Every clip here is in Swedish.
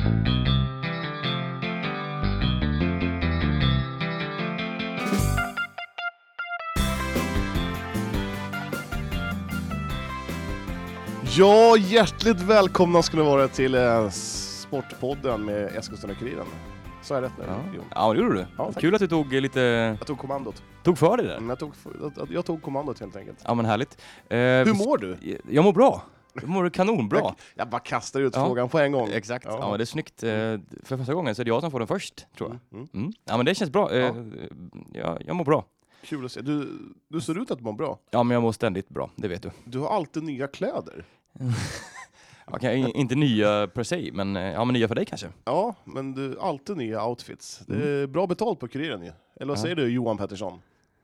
Ja, hjärtligt välkomna ska ni vara till Sportpodden med Eskilstuna-Kuriren. Så är det rätt nu. Ja, det gjorde du. Ja, kul att du tog lite... Jag tog kommandot. Tog för dig där? Jag tog kommandot helt enkelt. Ja, men härligt. Hur mår du? Jag mår bra. Jag mår kanonbra. Jag bara kastar ut frågan på en gång. Exakt. Ja, men det är snyggt. För första gången så är det jag som får den först, tror jag. Ja, men det känns bra. Jag mår bra. Kul att se. Du ser ut att må bra. Ja, men jag mår ständigt bra, det vet du. Du har alltid nya kläder. Okay, inte nya per se, men nya för dig kanske. Ja, men du har alltid nya outfits. Det är bra betalt på Kuriren ju. Eller vad säger du, Johan Pettersson?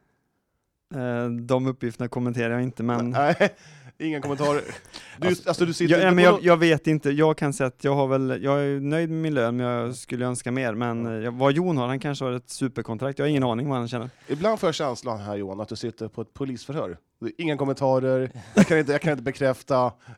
De uppgifterna kommenterar jag inte, men... Nej, inga kommentarer. Du sitter jag vet inte. Jag kan säga att jag är nöjd med min lön, men jag skulle önska mer. Men vad Jon har, han kanske har ett superkontrakt. Jag har ingen aning vad han känner. Ibland får jag känslan här, Johan, att du sitter på ett polisförhör. Inga kommentarer. Jag kan inte bekräfta.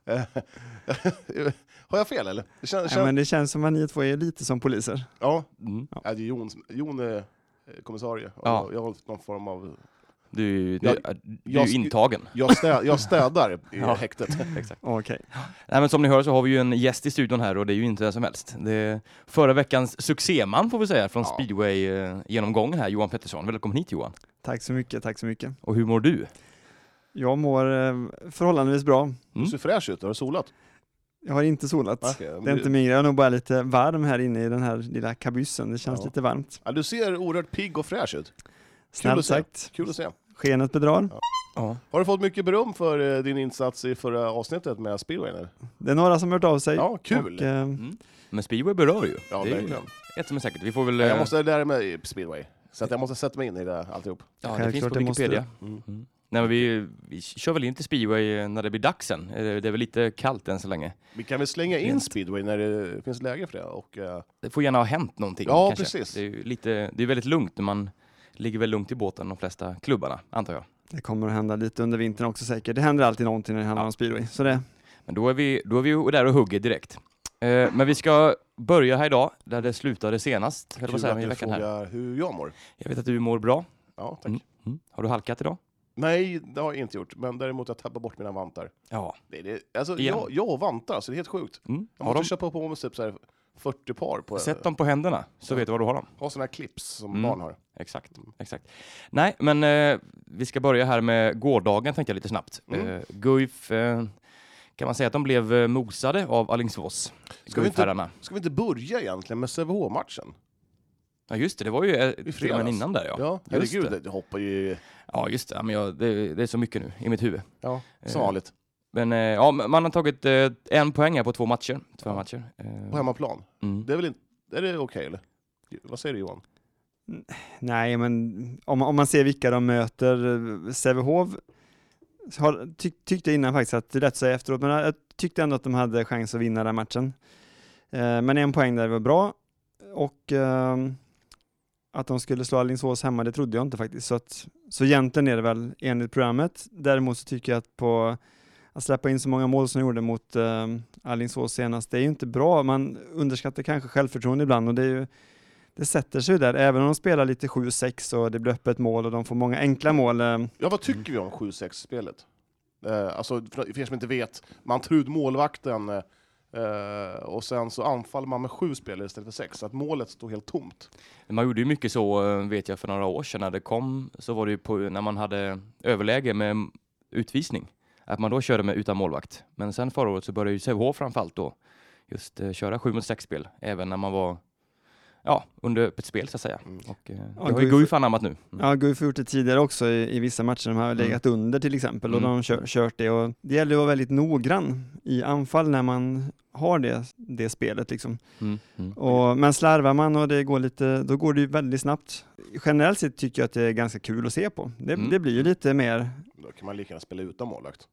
Har jag fel eller? Men det känns som att ni två är lite som poliser. Ja. Det är Jon är kommissarie. Ja. Jag har någon form av... Du är intagen. Jag städar i häktet. Exakt. Okay. Nej, men som ni hör så har vi ju en gäst i studion här, och det är ju inte det som helst. Det är förra veckans succéman, får vi säga, från Speedway-genomgången här, Johan Pettersson. Välkommen hit, Johan. Tack så mycket. Och hur mår du? Jag mår förhållandevis bra. Du ser fräsch ut, har du solat? Jag har inte solat. Okay, det är inte min grej. Jag är nog bara lite varm här inne i den här lilla kabyssen. Det känns lite varmt. Ja, du ser oerhört pigg och fräsch ut. Snällt sagt. Kul att se. Skenet bedrar. Ja. Har du fått mycket beröm för din insats i förra avsnittet med Speedway? Eller? Det är några som har hört av sig. Ja, kul. Men Speedway berör ju. Ja, det är verkligen. Ett som är säkert. Vi får väl... Jag måste lära mig Speedway. Så att jag måste sätta mig in i det alltihop. Ja, det finns på Wikipedia. Nej, men vi kör väl inte Speedway när det blir dags sen. Det är väl lite kallt än så länge. Vi kan väl slänga in Speedway när det finns läge för det. Och, det får gärna ha hänt någonting. Ja, kanske. Precis. Det är väldigt lugnt när man ligger väl lugnt i båten, de flesta klubbarna, antar jag. Det kommer att hända lite under vintern också säkert. Det händer alltid någonting när det handlar om Speedway. Så det. Men då är vi där och hugger direkt. Men vi ska börja här idag, där det slutade senast. Kul att du frågar hur jag mår. Jag vet att du mår bra. Ja, tack. Har du halkat idag? Nej, det har jag inte gjort. Men däremot jag tappar bort mina vantar. Ja. Jag har vantar, så det är helt sjukt. Jag måste köpa på mig typ så här 40 par. Sätt dem på händerna, så vet du vad du har dem. Ha såna här clips som barn har. Exakt. Nej, men vi ska börja här med gårdagen, tänkte jag lite snabbt. Guif, kan man säga att de blev mosade av Alingsås. Ska vi inte börja egentligen med CVH-matchen? Ja, just det. Det var ju filmen innan där, ja. Ja, herregud, det hoppar ju... Ja, just det. Men det är så mycket nu i mitt huvud. Ja, som vanligt. Men man har tagit 1 poäng här på 2 matcher. På hemmaplan? Det är väl inte... Är det okej, eller? Vad säger du, Johan? Nej, men om man ser vilka de möter, Sävehof tyckte innan faktiskt att det är lätt att säga efteråt, men jag tyckte ändå att de hade chans att vinna den matchen. Men 1 poäng där var bra, och att de skulle slå Alingsås hemma, det trodde jag inte faktiskt. Så egentligen är det väl enligt programmet. Däremot så tycker jag att släppa in så många mål som de gjorde mot Alingsås senast, det är ju inte bra. Man underskattar kanske självförtroende ibland, och det sätter sig där. Även om de spelar lite 7-6 och det blir öppet mål och de får många enkla mål. Ja, vad tycker vi om 7-6-spelet? Alltså, för er som inte vet, man tar ut målvakten och sen så anfaller man med 7 spelare istället för 6, så att målet står helt tomt. Man gjorde ju mycket så, vet jag, för några år sedan när det kom, så var det ju när man hade överläge med utvisning, att man då körde med utan målvakt. Men sen förra året så började ju Sävehof framförallt då just köra 7-6-spel, även när man var under öppet spel så att säga. Och det har ju Guif anammat nu. Ja, Guif har gjort det tidigare också i vissa matcher. De har legat under till exempel, och de har kört det. Och det gäller att vara väldigt noggrann i anfall när man har det spelet liksom. Men slarvar man och det går lite, då går det ju väldigt snabbt. Generellt sett tycker jag att det är ganska kul att se på. Det blir ju lite mer... Då kan man lika gärna spela utan målvakt.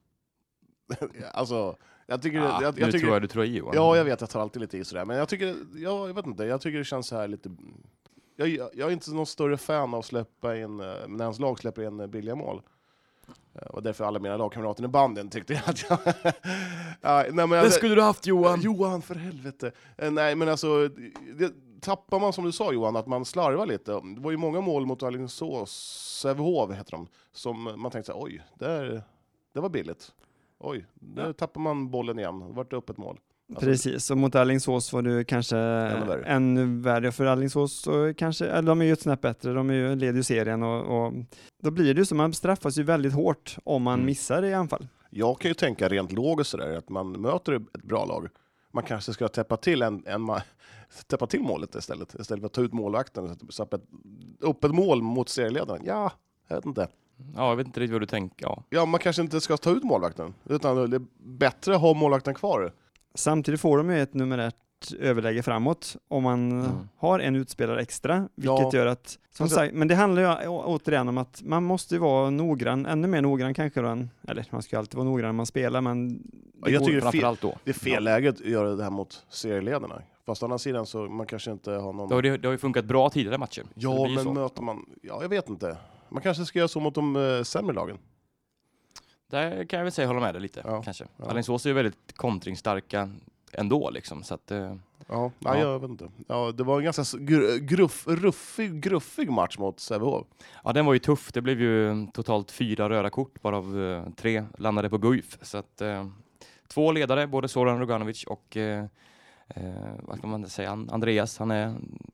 Alltså... Jag tycker, du tror i, Johan. Ja, jag vet, jag tar alltid lite i sådär. Men jag tycker det känns så här lite... Jag är inte någon större fan av att släppa in, när ens lag släpper in billiga mål. Och därför alla mina lagkamrater i banden tyckte jag att jag... ja, nej, men Det skulle du haft, Johan! Johan, för helvete! Nej, men alltså... Tappar man, som du sa Johan, att man slarvar lite. Det var ju många mål mot Alingsås, Sävehof heter de, som man tänkte så här, oj, det var billigt. Oj, där tappar man bollen igen. Det var ett öppet mål. Alltså, Precis, och mot Alingsås var det kanske ännu värre för Alingsås. Så kanske, eller de är ju ett snäpp bättre, de är ju leder ju serien och då blir det ju så, man straffas ju väldigt hårt om man missar i anfall. Jag kan ju tänka rent logiskt sådär, att man möter ett bra lag. Man kanske ska täppa till täppa till målet istället för att ta ut målvakten. Så att upp ett mål mot serieledaren. Ja, jag vet inte. Ja, jag vet inte riktigt vad du tänker. Ja, man kanske inte ska ta ut målvakten, utan det är bättre att ha målvakten kvar. Samtidigt får de ju ett numerärt överläge framåt om man har en utspelare extra, vilket gör att, som sagt, men det handlar ju återigen om att man måste ju vara noggrann, ännu mer noggrann kanske då eller man ska ju alltid vara noggrann när man spelar, men jag tycker det är fel läge att göra det här mot serieledarna. Fast å andra sidan så man kanske inte har någon... Det har ju funkat bra tidigare matcher. Ja, men så. Möter man... Ja, jag vet inte. Man kanske ska göra så mot de sämre lagen. Där kan jag väl säga hålla med dig lite, kanske. Ja. Alingsås är ju väldigt kontringsstarka ändå, liksom. Så att, jag vet inte. Ja, det var en ganska gruffig match mot Sävehof. Ja, den var ju tuff. Det blev ju totalt 4 röda kort, bara av 3 landade på Guif. Så att 2 ledare, både Zoran Roganovic och vad ska man säga, Andreas, han är...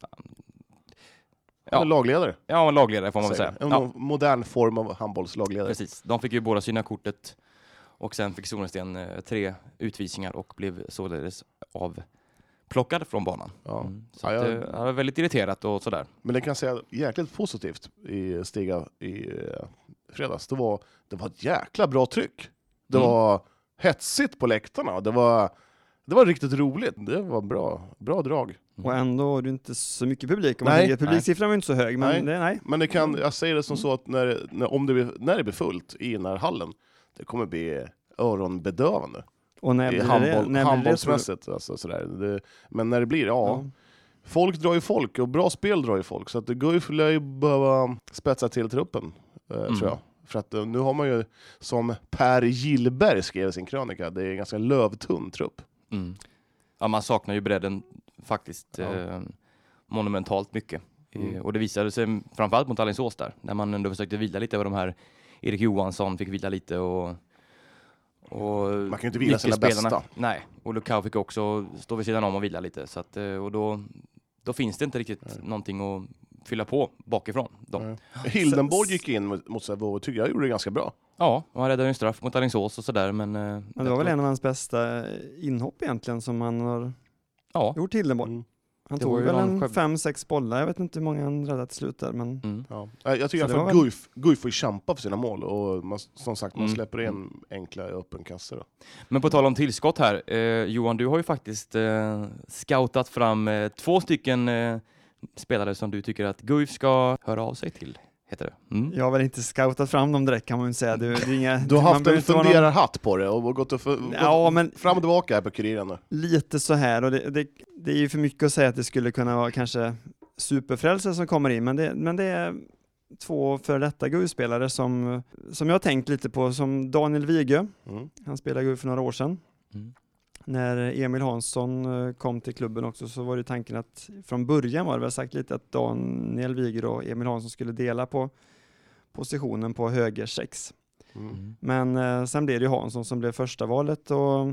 Ja, lagledare. Ja, lagledare får man väl säga. En modern form av handbollslagledare. Precis. De fick ju båda syna kortet och sen fick Sonesten 3 utvisningar och blev således avplockad från banan. Ja. Så jag var väldigt irriterat och sådär. Men det kan jag säga jäkligt positivt i Stiga i fredags. Det var ett jäkla bra tryck. Det var hetsigt på läktarna. Det var riktigt roligt. Det var bra drag. Och ändå är det inte så mycket publik. Publiksiffran var inte så hög. Men nej. Men det kan, jag säger det som så att när det blir fullt i den här hallen, det kommer bli öronbedövande. Och när blir det? Handbollsmässigt. Alltså, sådär. Men när det blir, folk drar ju folk och bra spel drar ju folk. Så att det går ju behöva spetsa till truppen, tror jag. För att nu har man ju, som Per Gillberg skrev i sin krönika, det är en ganska lövtunn trupp. Ja, man saknar ju bredden faktiskt monumentalt mycket. Och det visade sig framförallt mot Alingsås där, när man ändå försökte vila lite över de här. Erik Johansson fick vila lite och man kan ju inte vila sina bästa. Nej, och Lukau fick också stå vid sidan om och vila lite. Så att, och då finns det inte riktigt någonting att fylla på bakifrån. Hildenborg gick in mot Sävehof och tycker jag gjorde det ganska bra. Ja, och han räddade en straff mot Alingsås och sådär. Men det var väl en av hans bästa inhopp egentligen som han har gjort, Hildenborg. Han tog väl 5-6 bollar. Jag vet inte hur många han räddade till slut där. Men... Jag tycker att Guif får kämpa för sina mål. Och som sagt, man släpper in enkla öppen kassor. Men på tal om tillskott här. Johan, du har ju faktiskt scoutat fram 2 stycken spelare som du tycker att Guif ska höra av sig till. Heter det. Jag har väl inte scoutat fram dem direkt, kan man ju säga. Du har haft en funderarhatt på det och gått men fram och tillbaka här på Kuriren. Lite så här, och det är ju för mycket att säga att det skulle kunna vara kanske superfrälsare som kommer in, men det är 2 för detta Guif-spelare som jag har tänkt lite på, som Daniel Vigö. Han spelade Guif för några år sedan. När Emil Hansson kom till klubben också, så var det tanken att från början var det väl sagt lite att Daniel Wiger och Emil Hansson skulle dela på positionen på höger 6. Men sen blev det ju Hansson som blev första valet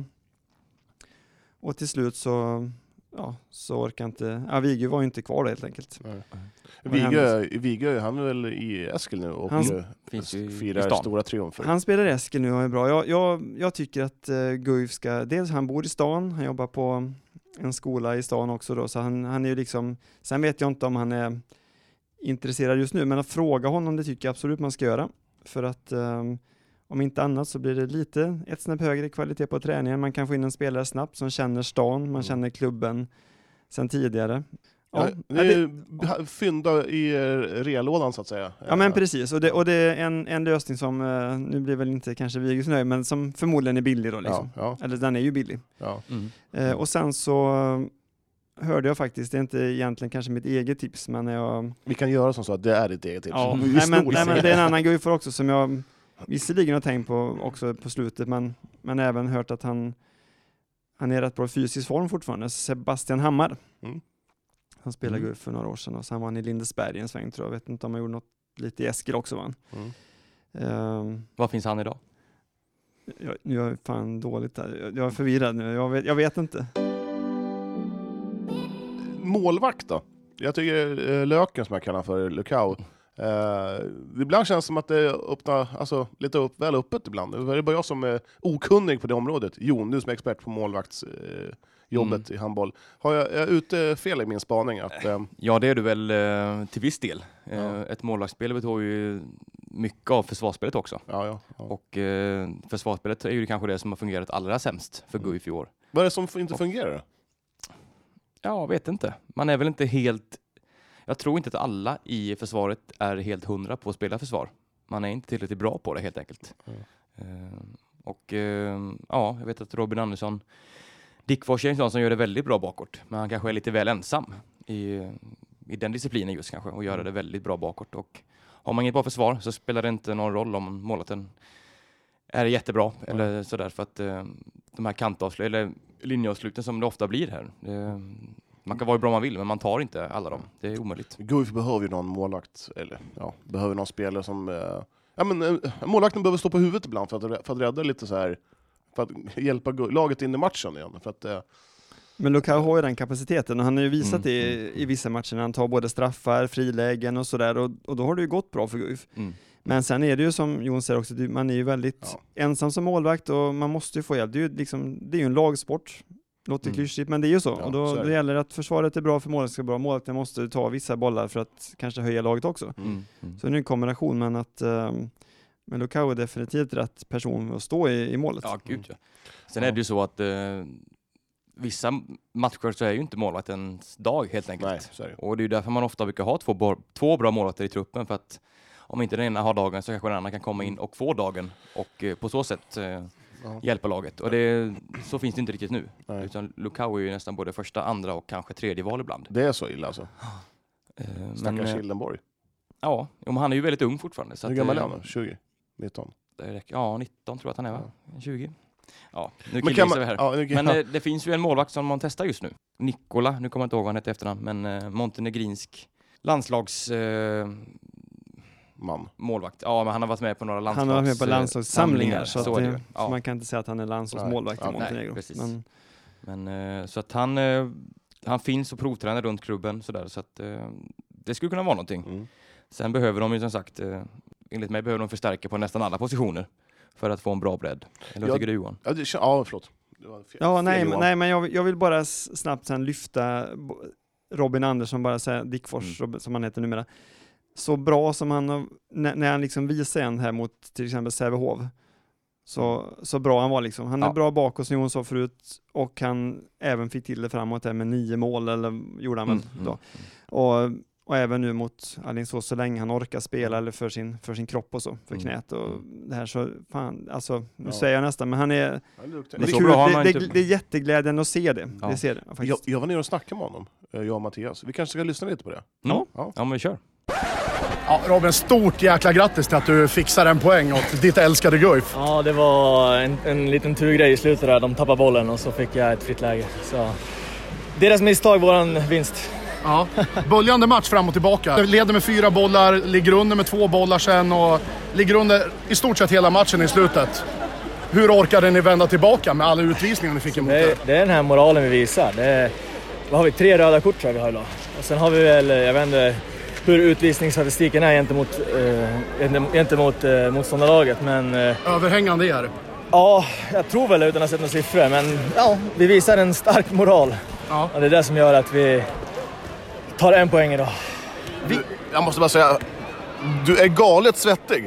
och till slut så orkar inte... Wiger var ju inte kvar helt enkelt. Wiger, han är väl i Eskil nu och firar stora triumfer. Han spelar i Eskil nu och är bra. Jag tycker att Guif ska... Dels han bor i stan, han jobbar på en skola i stan också då, så han är ju liksom... Sen vet jag inte om han är intresserad just nu, men att fråga honom, det tycker jag absolut man ska göra. För att om inte annat så blir det lite ett snäpp högre kvalitet på träningen. Man kan få in en spelare snabbt som känner stan, man känner klubben sen tidigare. Fynda i reallådan så att säga. Ja, men precis. Och det är en lösning som, nu blir väl inte kanske Vigers nöjd, men som förmodligen är billig då liksom. Eller den är ju billig. Och sen så hörde jag faktiskt, det är inte egentligen kanske mitt eget tips, men vi kan göra som så att det är ditt eget tips. Nej, men det är en annan Guif också som visserligen har tänkt på också på slutet, men även hört att han är rätt bra i fysisk form fortfarande. Sebastian Hammar. Han spelade Guif för några år sedan och sen var han i Lindesberg en sväng, tror jag. Vet inte om han gjorde något lite i Eskil också, va? Var finns han idag? Jag är fan dåligt där. Jag är förvirrad nu. Jag vet inte. Målvakt då? Jag tycker Löken, som jag kallar för Lukau, ibland känns det som att det öppnar lite väl öppet ibland. Det är bara jag som är okunnig på det området. Jon, du som är expert på målvaktsjobbet i handboll. Har jag ute fel i min spaning? Ja, det är du väl till viss del. Ett målvaktsspel består ju mycket av försvarsspelet också. Ja. Och försvarsspelet är ju kanske det som har fungerat allra sämst för Guif i år. Vad är det som inte fungerar? Ja, vet inte. Man är väl inte helt... Jag tror inte att alla i försvaret är helt 100 på att spela försvar. Man är inte tillräckligt bra på det helt enkelt. Jag vet att Robin Andersson, Dickfors är en sån som gör det väldigt bra bakåt. Men han kanske är lite väl ensam i den disciplinen just kanske. Och göra det väldigt bra bakåt. Och har man inget bra försvar så spelar det inte någon roll om målvakten är jättebra. Eller sådär, för att de här kantavslut eller linjeavsluten som det ofta blir här. Man kan vara bra man vill, men man tar inte alla dem. Det är omöjligt. Guif behöver ju någon målvakt, eller behöver någon spelare som... målvakten behöver stå på huvudet ibland för att rädda lite så här, för att hjälpa laget in i matchen igen. För att, Men Lukau har ju den kapaciteten och han har ju visat det i vissa matcher när han tar både straffar, frilägen och sådär, och då har det ju gått bra för Guif. Men sen är det ju som Jon säger också, man är ju väldigt ensam som målvakt och man måste ju få hjälp. Det är ju en lagsport. Låter klyschigt, men det är ju så. Och då gäller det att försvaret är bra för målet ska bra. Målvakten måste ta vissa bollar för att kanske höja laget också. Så det är en kombination, men Lukau är definitivt rätt person att stå i målet. Ja, gud ja. Sen är det ju så att vissa matcher så är ju inte målvaktens dag helt enkelt. Nej, och det är ju därför man ofta brukar ha två bra målvakter i truppen, för att om inte den ena har dagen så kanske den andra kan komma in och få dagen och på så sätt hjälpa laget. Och så finns det inte riktigt nu. Nej. Utan Lukau är ju nästan både första, andra och kanske tredje val ibland. Det är så illa alltså? Stackars Hildenborg. Ja, men han är ju väldigt ung fortfarande. Hur gammal är han? 20? 19? Ja, 19 tror jag att han är, va? 20? Ja, nu killgissar vi här. Men det finns ju en målvakt som man testar just nu. Nikola, nu kommer jag inte ihåg vad han heter efternamn, men montenegrinsk landslags... målvakt. Ja, men han har varit med på några landslagssamlingar så man kan inte säga att han är landslagsmålvakt i Montenegro. Nej, men så att han finns och provtränar runt klubben så att det skulle kunna vara någonting. Sen behöver de ju som sagt enligt mig behöver de förstärka på nästan alla positioner för att få en bra bredd. Eller vad tycker du, Johan? Förlåt. Nej, men jag vill bara snabbt sen lyfta Robin Andersson, bara säga Dickfors som han heter numera. Så bra som han när han liksom visar en här mot till exempel Sävehof, så bra han var liksom. Han är bra bakåt som Jon sa förut, och han även fick till det framåt där med 9 mål eller gjorde han väl då. Och även nu mot Alingsås, så länge han orkar spela eller för sin kropp och så, för knät och det här, så fan, alltså nu säger jag nästan, men han är det är jätteglädjande att se det. Det ser det faktiskt. Jag var nere och snackade med honom, jag och Mattias. Vi kanske ska lyssna lite på det. Ja, men vi kör. Ja, Robin, stort jäkla grattis till att du fixar en poäng åt ditt älskade Guif. Ja, det var en liten turgrej i slutet där. De tappade bollen och så fick jag ett fritt läge. Så deras misstag, våran vinst. Ja, böljande match fram och tillbaka. Leder med 4 bollar, ligger under med 2 bollar sen och ligger under i stort sett hela matchen i slutet. Hur orkade ni vända tillbaka med alla utvisningar ni fick emot er? Det är den här moralen vi visar. Vad har vi? 3 röda kort tror jag vi har idag. Och sen har vi väl, jag vet inte hur utvisningsstatistiken är gentemot motståndarlaget, men... Överhängande är det. Ja, jag tror väl utan att sätta några siffror, men vi visar en stark moral. Ja. Och det är det som gör att vi tar 1 poäng idag. Jag måste bara säga, du är galet svettig.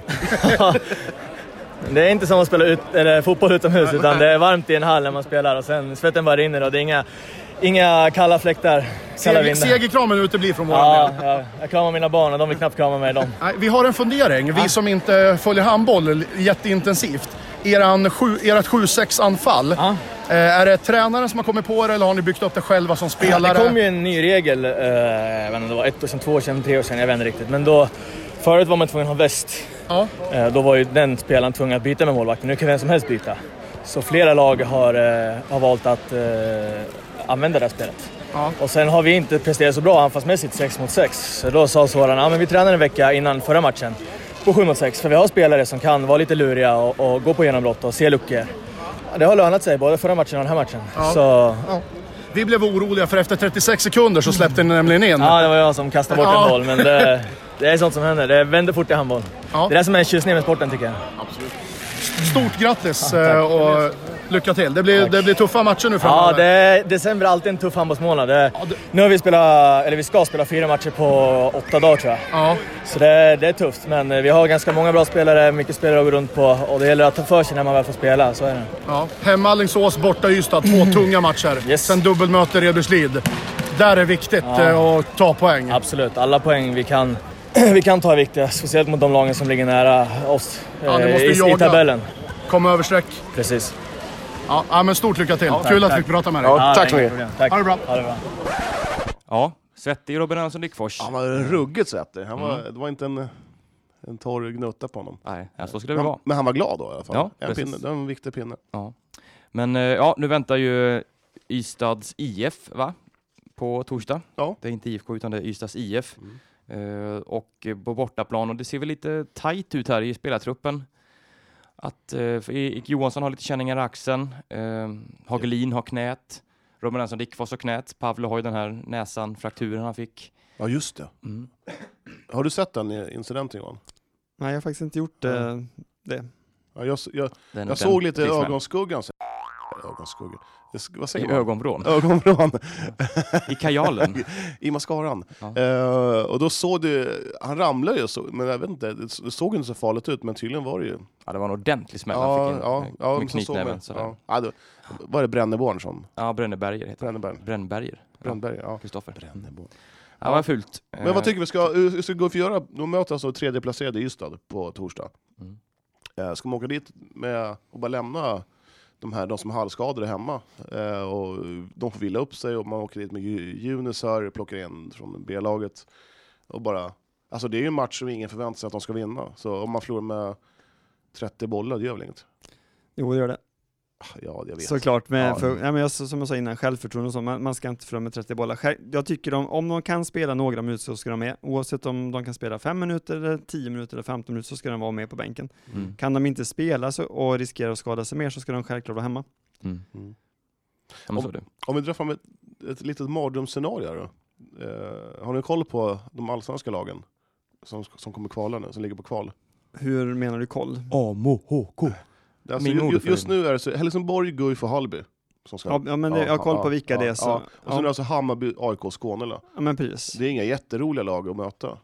Det är inte som att spela fotboll utomhus, utan det är varmt i en hall när man spelar och sen svetten bara rinner och det är inga kalla fläktar. Segerkramen uteblir från våran del. Ja, jag kramar mina barn och de vill knappt krama mig. Nej, vi har en fundering, vi som inte följer handboll jätteintensivt. Ert 7-6-anfall, är det tränaren som har kommit på det eller har ni byggt upp det själva som spelare? Det kom ju en ny regel, jag vet inte, det var 1 år sedan, 2 år sedan, 3 år sedan, jag vet inte riktigt. Men då, förut var man tvungen att ha väst Ja. Då var ju den spelaren tvungen att byta med målvakten. Nu kan vem som helst byta. Så flera lag har valt att använda det här spelet. Ja. Och sen har vi inte presterat så bra anfallsmässigt 6 mot 6. Så då sa Soran, men vi tränade en vecka innan förra matchen på 7 mot 6. För vi har spelare som kan vara lite luriga och gå på genombrott och se luckor. Det har lönat sig både förra matchen och den här matchen. Ja. Så... Ja. Vi blev oroliga för efter 36 sekunder så släppte den nämligen in. Ja, det var jag som kastade bort en boll. Men det är sånt som händer. Det vänder fort i handboll. Ja. Det är det som är en tjusning med sporten, tycker jag. Absolut. Stort grattis och lycka till. Det blir tuffa matcher nu framöver. Ja, december är alltid en tuff handbollsmånad. Nu har vi ska spela 4 matcher på 8 dagar, tror jag. Ja. Så det är tufft, men vi har ganska många bra spelare, mycket spelare att gå runt på, och det gäller att ta för sig när man väl får spela, så är det. Ja. Hemma Alingsås, borta Ystad, 2 tunga matcher. Yes. Sen dubbelmöte Redbergslid. Där är det viktigt att ta poäng. Absolut, alla poäng vi kan ta är viktiga, speciellt mot de lagen som ligger nära oss i tabellen. Kom över streck. Precis. Ja, men stort lycka till. Kul att vi fick prata med dig. Ja, tack så mycket. Tack. Ha det bra. Ja, svettig Robin Andersson Dickfors. Han var ruggigt svettig. Det var inte en torr gnutta på honom. Nej, så skulle det vara. Men han var glad då i alla fall. Ja, en pinne, det var en viktig pinne. Ja. Men nu väntar ju Ystads IF, va? På torsdag. Ja. Det är inte IFK utan det är Ystads IF. Och på bortaplan, och det ser väl lite tajt ut här i spelartruppen. Att Erik Johansson har lite känningar i axeln. Hagelin har knät. Robin Andersson Dickfors har knät. Pavlo har ju den här frakturen han fick. Ja, just det. Har du sett den incidenten, Johan? Nej, jag har faktiskt inte gjort det. Ja, jag såg lite ögonskuggan. Ögonskuggan. Vad säger man? Ögonvrån. Ögonvrån. I kajalen. I mascaran. Ja. Och då såg han ramlade ju, men jag vet inte, det såg inte så farligt ut, men tydligen var det ju. Ja, det var en ordentlig smäll han fick in med knytnäven. Då var det Bränneborn som? Ja, Bränneberger heter det. Brännberger, ja. Kristoffer. Bränneborn. Ja, vad fult. Men vad tycker vi ska gå för göra? De möter alltså tredje placerade i Ystad på torsdag. Ska man åka dit med och bara lämna de som är halvskadade hemma, och de får vila upp sig, och man åker dit med junisar, plockar in från B-laget och bara, alltså det är ju en match som ingen förväntar sig att de ska vinna, så om man förlorar med 30 bollar, det gör väl inget? Jo, det gör det. Ja, jag vet. Såklart, som jag sa innan, självförtroende och så, man ska inte förlora med 30 bollar. Jag tycker om de kan spela några minuter så ska de med, oavsett om de kan spela 5 minuter eller 10 minuter eller 15 minuter, så ska de vara med på bänken. Kan de inte spela och riskera att skada sig mer, så ska de självklart vara hemma. Om vi drar fram ett litet mardrömsscenario då. Har ni koll på de allsvenska lagen som kommer kvala nu, som ligger på kval? Hur menar du koll? AMHK. Alltså, just nu är det så Helsingborg, Guif och Hallby som ska. Ja, men jag har koll på vilka det är. Så. Och så är det alltså Hammarby, AIK, Skåne. Ja, men precis. Det är inga jätteroliga lag att möta.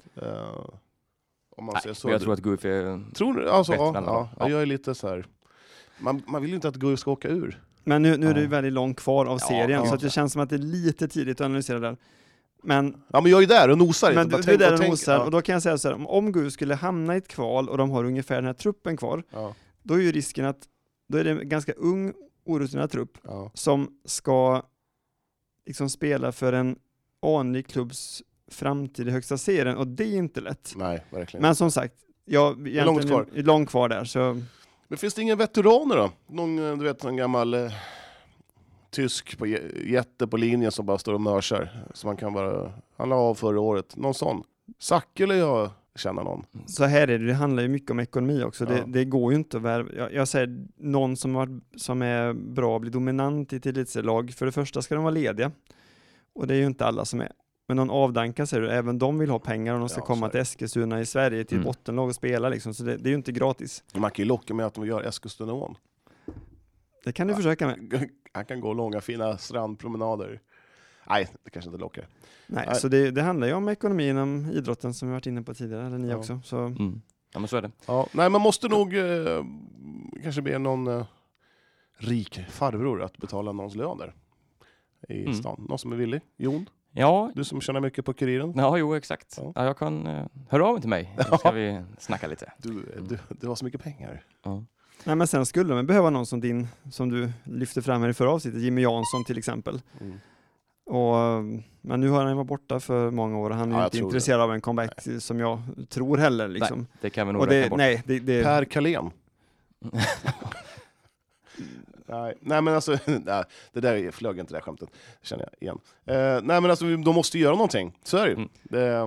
Om man ser så. Jag tror att Guif är bättre. Jag är lite så här. Man vill ju inte att Guif ska åka ur. Men nu är det ju väldigt långt kvar av serien, så att det känns som att det är lite tidigt att analysera där. Men jag är där och nosar. Men du är där och nosar, och då kan jag säga så här, om Guif skulle hamna i ett kval och de har ungefär den här truppen kvar, då är ju risken att då är det en ganska ung, orutinerad trupp som ska liksom spela för en anig klubbs framtid i högsta serien, och det är inte lätt. Nej, verkligen. Men som sagt, långt kvar där, så. Men finns det ingen veteraner då? En gammal tysk jätte på linjen som bara står och mörsar, som man kan bara, han la av förra året, någon sån. Zacke eller jag känner någon. Så här är det handlar ju mycket om ekonomi också. Det går ju inte att vara, jag säger någon som är bra, blir dominant i ett elitserielag. För det första ska de vara lediga, och det är ju inte alla som är. Men någon avdankar, säger du, även de vill ha pengar, och de ska komma till Eskilstuna i Sverige till bottenlag och spela liksom. Så det är ju inte gratis. Man kan ju locka med att de gör Eskilstunaån. Det kan du försöka med. Han kan gå långa fina strandpromenader. Nej, det kanske inte lockar. Nej, så det handlar ju om ekonomi inom idrotten, som vi varit inne på tidigare, eller ni också. Så. Ja, men så är det. Ja, nej, man måste nog kanske be någon rik farbror att betala någons lön där i stan. Någon som är villig. Jon? Ja. Du som tjänar mycket på Kuriren. Ja, jo, exakt. Ja, jag kan höra av mig till mig. Så ska vi snacka lite. Du har så mycket pengar. Ja. Nej, men sen skulle man behöva någon som du lyfte fram här i förra avsnittet, Jimmy Jansson till exempel. Men nu har han varit borta för många år och han är Ja, inte intresserad av en comeback som jag tror heller. Liksom. Nej, det kan vi nog räkna bort. Per Kalén. Nej men alltså, det där flög inte det där skämtet, känner jag igen. Nej men alltså, de måste göra någonting, så är det ju.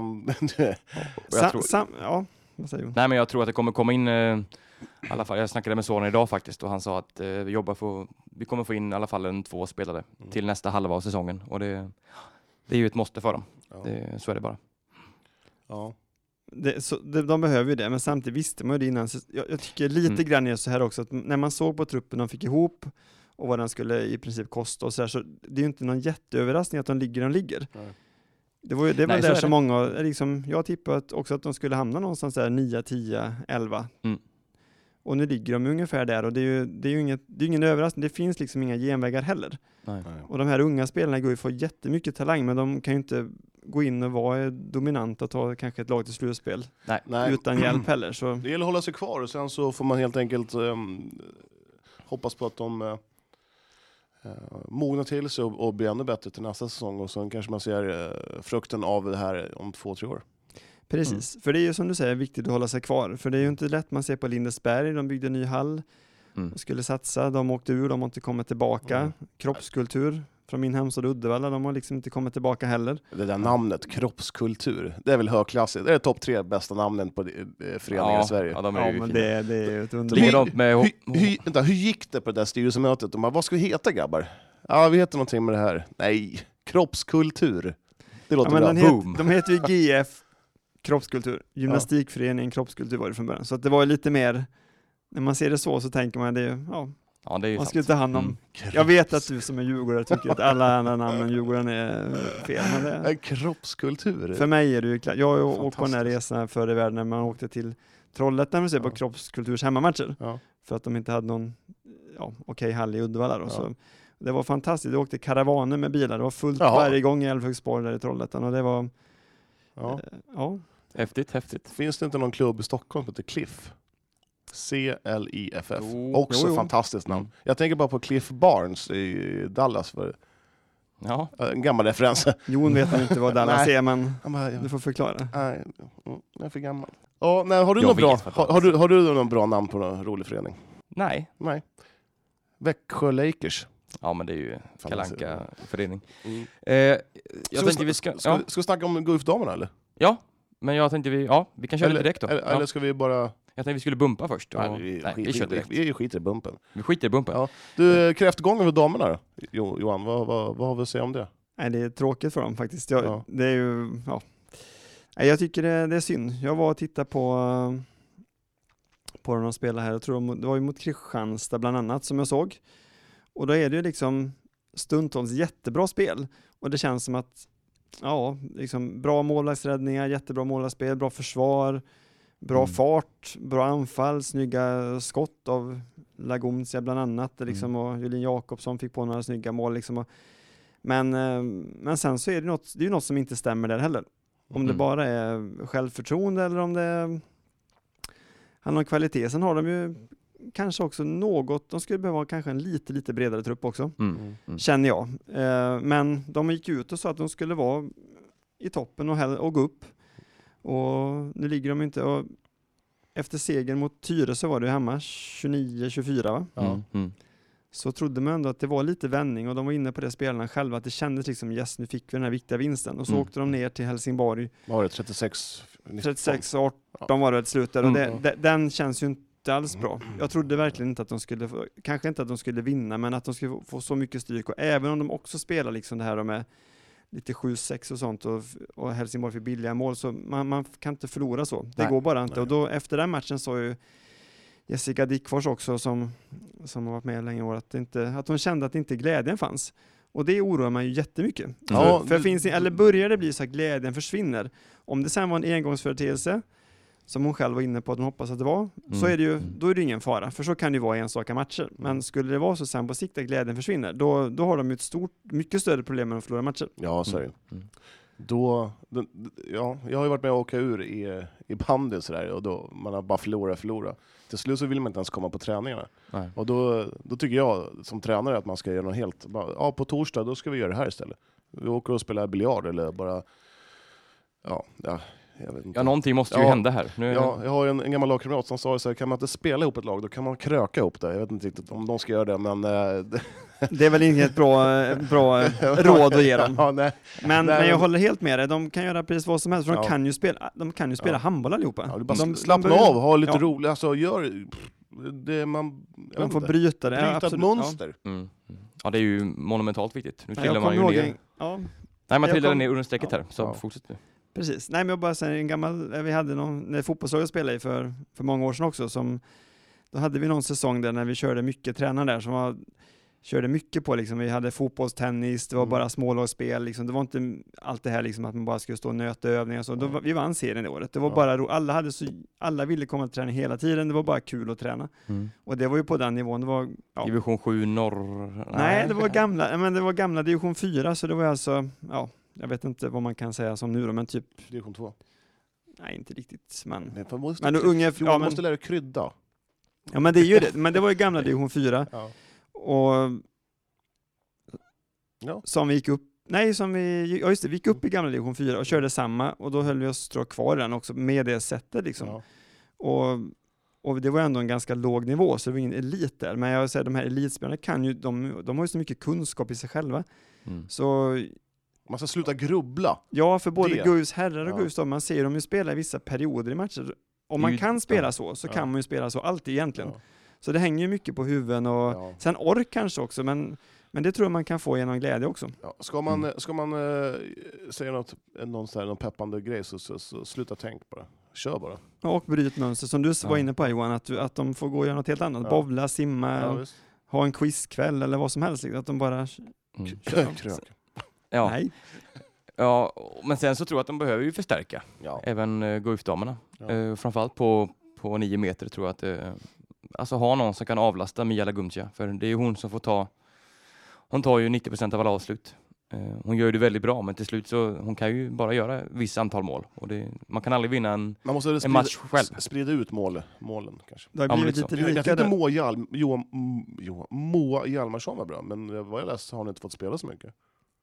Vad säger du? Nej, men jag tror att det kommer komma in, i alla fall, jag snackade med sonen idag faktiskt och han sa att vi kommer få in i alla fall 2 spelare till nästa halva av säsongen och det är ju ett måste för dem. Ja. Så är det bara. Ja. De behöver ju det, men samtidigt visste man ju det innan. Så jag tycker lite grann är så här också, att när man såg på truppen de fick ihop och vad den skulle i princip kosta och så här, så det är ju inte någon jätteöverraskning att de ligger. Nej. Det var där så många, liksom, jag tippade också att de skulle hamna någonstans där 9, 10, 11. Och nu ligger de ungefär där och det är ju ingen överraskning. Det finns liksom inga genvägar heller. Nej. Och de här unga spelarna går ju för jättemycket talang, men de kan ju inte gå in och vara dominanta och ta kanske ett lag till slutspel utan hjälp heller. Så. Det gäller att hålla sig kvar och sen så får man helt enkelt hoppas på att de mognar till sig och blir ännu bättre till nästa säsong och sen kanske man ser frukten av det här om 2-3 år. Precis, för det är ju som du säger viktigt att hålla sig kvar. För det är ju inte lätt, man ser på Lindesberg, de byggde en ny hall, skulle satsa, de åkte ur, de har inte kommit tillbaka. Kroppskultur från min hemstad Uddevalla, de har liksom inte kommit tillbaka heller. Det där namnet, kroppskultur, det är väl högklassigt. Det är topp 3 bästa namnen på föreningar i Sverige. Ja, de är ju men det är ett underbart. Hur gick det på det där styrelsemötet? De bara, vad ska vi heta, grabbar? Ja, vi heter någonting med det här. Nej, kroppskultur. Det låter bra. De heter ju GF Kroppskultur. Gymnastikföreningen Kroppskultur var det från början. Så att det var lite mer, när man ser det så tänker man det är ju man skulle ta hand om. Jag vet att du som är djurgårdare tycker att alla andra namn än Djurgården är fel. Men det, kroppskultur. För mig är det ju klart. Jag har ju åkt på den här resan förr i världen när man åkte till Trollhättan och se på Kroppskulturs hemmamatcher. Ja. För att de inte hade någon okej hall i Uddevalla då. Så det var fantastiskt. Vi åkte karavaner med bilar. Det var fullt varje gång i Älvhögsborg där i Trollhättan. Och det var... Häftigt. Finns det inte någon klubb i Stockholm som heter Cliff? CLIFF. Också fantastiskt namn. Jag tänker bara på Cliff Barnes i Dallas. En gammal referens. Jon vet inte vad Dallas är, men du får förklara. Nej, jag är för gammal. Har du någon bra namn på någon rolig förening? Nej. Växjö Lakers. Ja, men det är ju Kalle Anka-förening. Jag tänkte vi ska vi snacka om Guif-damerna eller? Ja, men jag tänkte vi kan köra det direkt då. Eller ska vi bara... Jag tänkte vi skulle bumpa först. Vi kör direkt. Vi skiter i bumpen. Vi skiter i bumpen. Ja. Du, kräftgången för damerna då? Johan, vad har vi att säga om det? Nej, det är tråkigt för dem faktiskt. Det är ju... Jag tycker det är synd. Jag var och tittade på de spelar här. Jag tror det var ju mot Kristianstad bland annat som jag såg. Och då är det ju liksom stundtals jättebra spel. Och det känns som att liksom bra målvaktsräddningar, jättebra målvaktsspel, bra försvar, bra fart, bra anfall, snygga skott av Lagomcia bland annat liksom, och Julin Jakobsson fick på några snygga mål liksom, men sen så är det är något som inte stämmer där heller. Om det bara är självförtroende eller om det handlar om kvalitet. Sen har de ju kanske också de skulle behöva kanske en lite bredare trupp också, känner jag. Men de gick ut och sa att de skulle vara i toppen och gå upp. Och nu ligger de inte. Och efter segern mot Tyresö var det hemma 29-24 va? Så trodde man ändå att det var lite vändning och de var inne på det spelarna själva att det kändes liksom nu fick vi den här viktiga vinsten. Och så åkte de ner till Helsingborg. Var det 36-18 var det ett slut där. Och den känns ju inte alls bra. Jag trodde verkligen inte att de skulle kanske inte att de skulle vinna, men att de skulle få så mycket stryk. Och även om de också spelar liksom det här med lite 7-6 och sånt och Helsingborg för billiga mål, så man kan inte förlora så. Det går bara inte. Nej. Och då efter den matchen så ju Jessica Dickfors också som har varit med länge år att hon kände att inte glädjen fanns. Och det oroar man ju jättemycket. Ja, eller börjar det bli så att glädjen försvinner? Om det sen var en engångsföreteelse som hon själv var inne på att hon hoppas att det var, så är det ju, då är det ingen fara. För så kan det ju vara i enstaka matcher. Men skulle det vara så sen på sikt att glädjen försvinner, då har de ju mycket större problem med att förlora matcher. Ja, så är det. Jag har ju varit med och åka ur i bandy så där, och då man har bara förlora. Till slut så vill man inte ens komma på träningarna. Och då tycker jag som tränare att man ska göra något helt, på torsdag då ska vi göra det här istället. Vi åker och spelar biljard eller bara... Ja, jag vet inte. Ja, någonting måste ju hända här. Ja, jag har en gammal lagkamrat som sa så här, kan man inte spela ihop ett lag, då kan man kröka ihop det. Jag vet inte riktigt om de ska göra det, men... Det är väl inget bra råd att ge dem. Ja, nej. Men jag håller helt med dig. De kan göra precis vad som helst, för de kan ju spela handboll allihopa. Ja, bara slappna av, ha lite roligt. Alltså, gör det man får bryta det. Bryta ett mönster. Ja, det är ju monumentalt viktigt. Nu trillar jag man ju ihåg ner. Nej, man trillar ner under strecket här, så fortsätt nu. Precis. Nej, men jag bara säger en gammal, vi hade när fotbollslaget spelade i för många år sedan också, då hade vi någon säsong där när vi körde mycket tränare där som körde mycket på liksom, vi hade fotbollstennis, det var bara smålagsspel liksom, det var inte allt det här liksom att man bara skulle stå och nöta övningar så. Vi vann serien det året. Det var bara alla ville komma till träning hela tiden, det var bara kul att träna. Och det var ju på den nivån, det var Division 7 norr. Nej, det var gamla division 4, så det var alltså jag vet inte vad man kan säga som nu då, men typ division 2. Nej, inte riktigt, men man måste lära krydda. Ja, men det är ju det, men det var ju gamla division 4. Ja. Och som vi gick upp vi gick upp i gamla division 4 och körde samma, och då höll vi oss kvar i den också med det sättet liksom. Ja. Och det var ändå en ganska låg nivå, så det var ingen elit där, men jag säger de här elitspelarna kan ju de har ju så mycket kunskap i sig själva. Så man ska sluta grubbla. Ja, för både Guifs herrar och Guifs man ser dem ju spela i vissa perioder i matcher. Om man kan spela så kan man ju spela så alltid egentligen. Ja. Så det hänger ju mycket på huvuden och sen ork kanske också, men det tror jag man kan få genom glädje också. Ja. Ska man säga någon peppande grej så sluta tänk bara. Kör bara. Och bryt mönster som du var inne på, Johan, att de får gå och göra något helt annat. Bowla, simma, ha en quizkväll eller vad som helst. Att de bara kör. Ja. Nej. Ja, men sen så tror jag att de behöver ju förstärka. Ja. Även Guif-damerna. Framförallt på 9 meter tror jag att alltså ha någon som kan avlasta Mia Lagumcia. För det är ju hon som får hon tar ju 90% av alla avslut. Hon gör det väldigt bra, men till slut så hon kan ju bara göra ett visst antal mål. Och man kan aldrig vinna en match själv. Sprida ut målen kanske. Det har blivit lite lika. Jag tyckte Moa Hjalmarsson var bra, men vad jag läst har hon inte fått spela så mycket.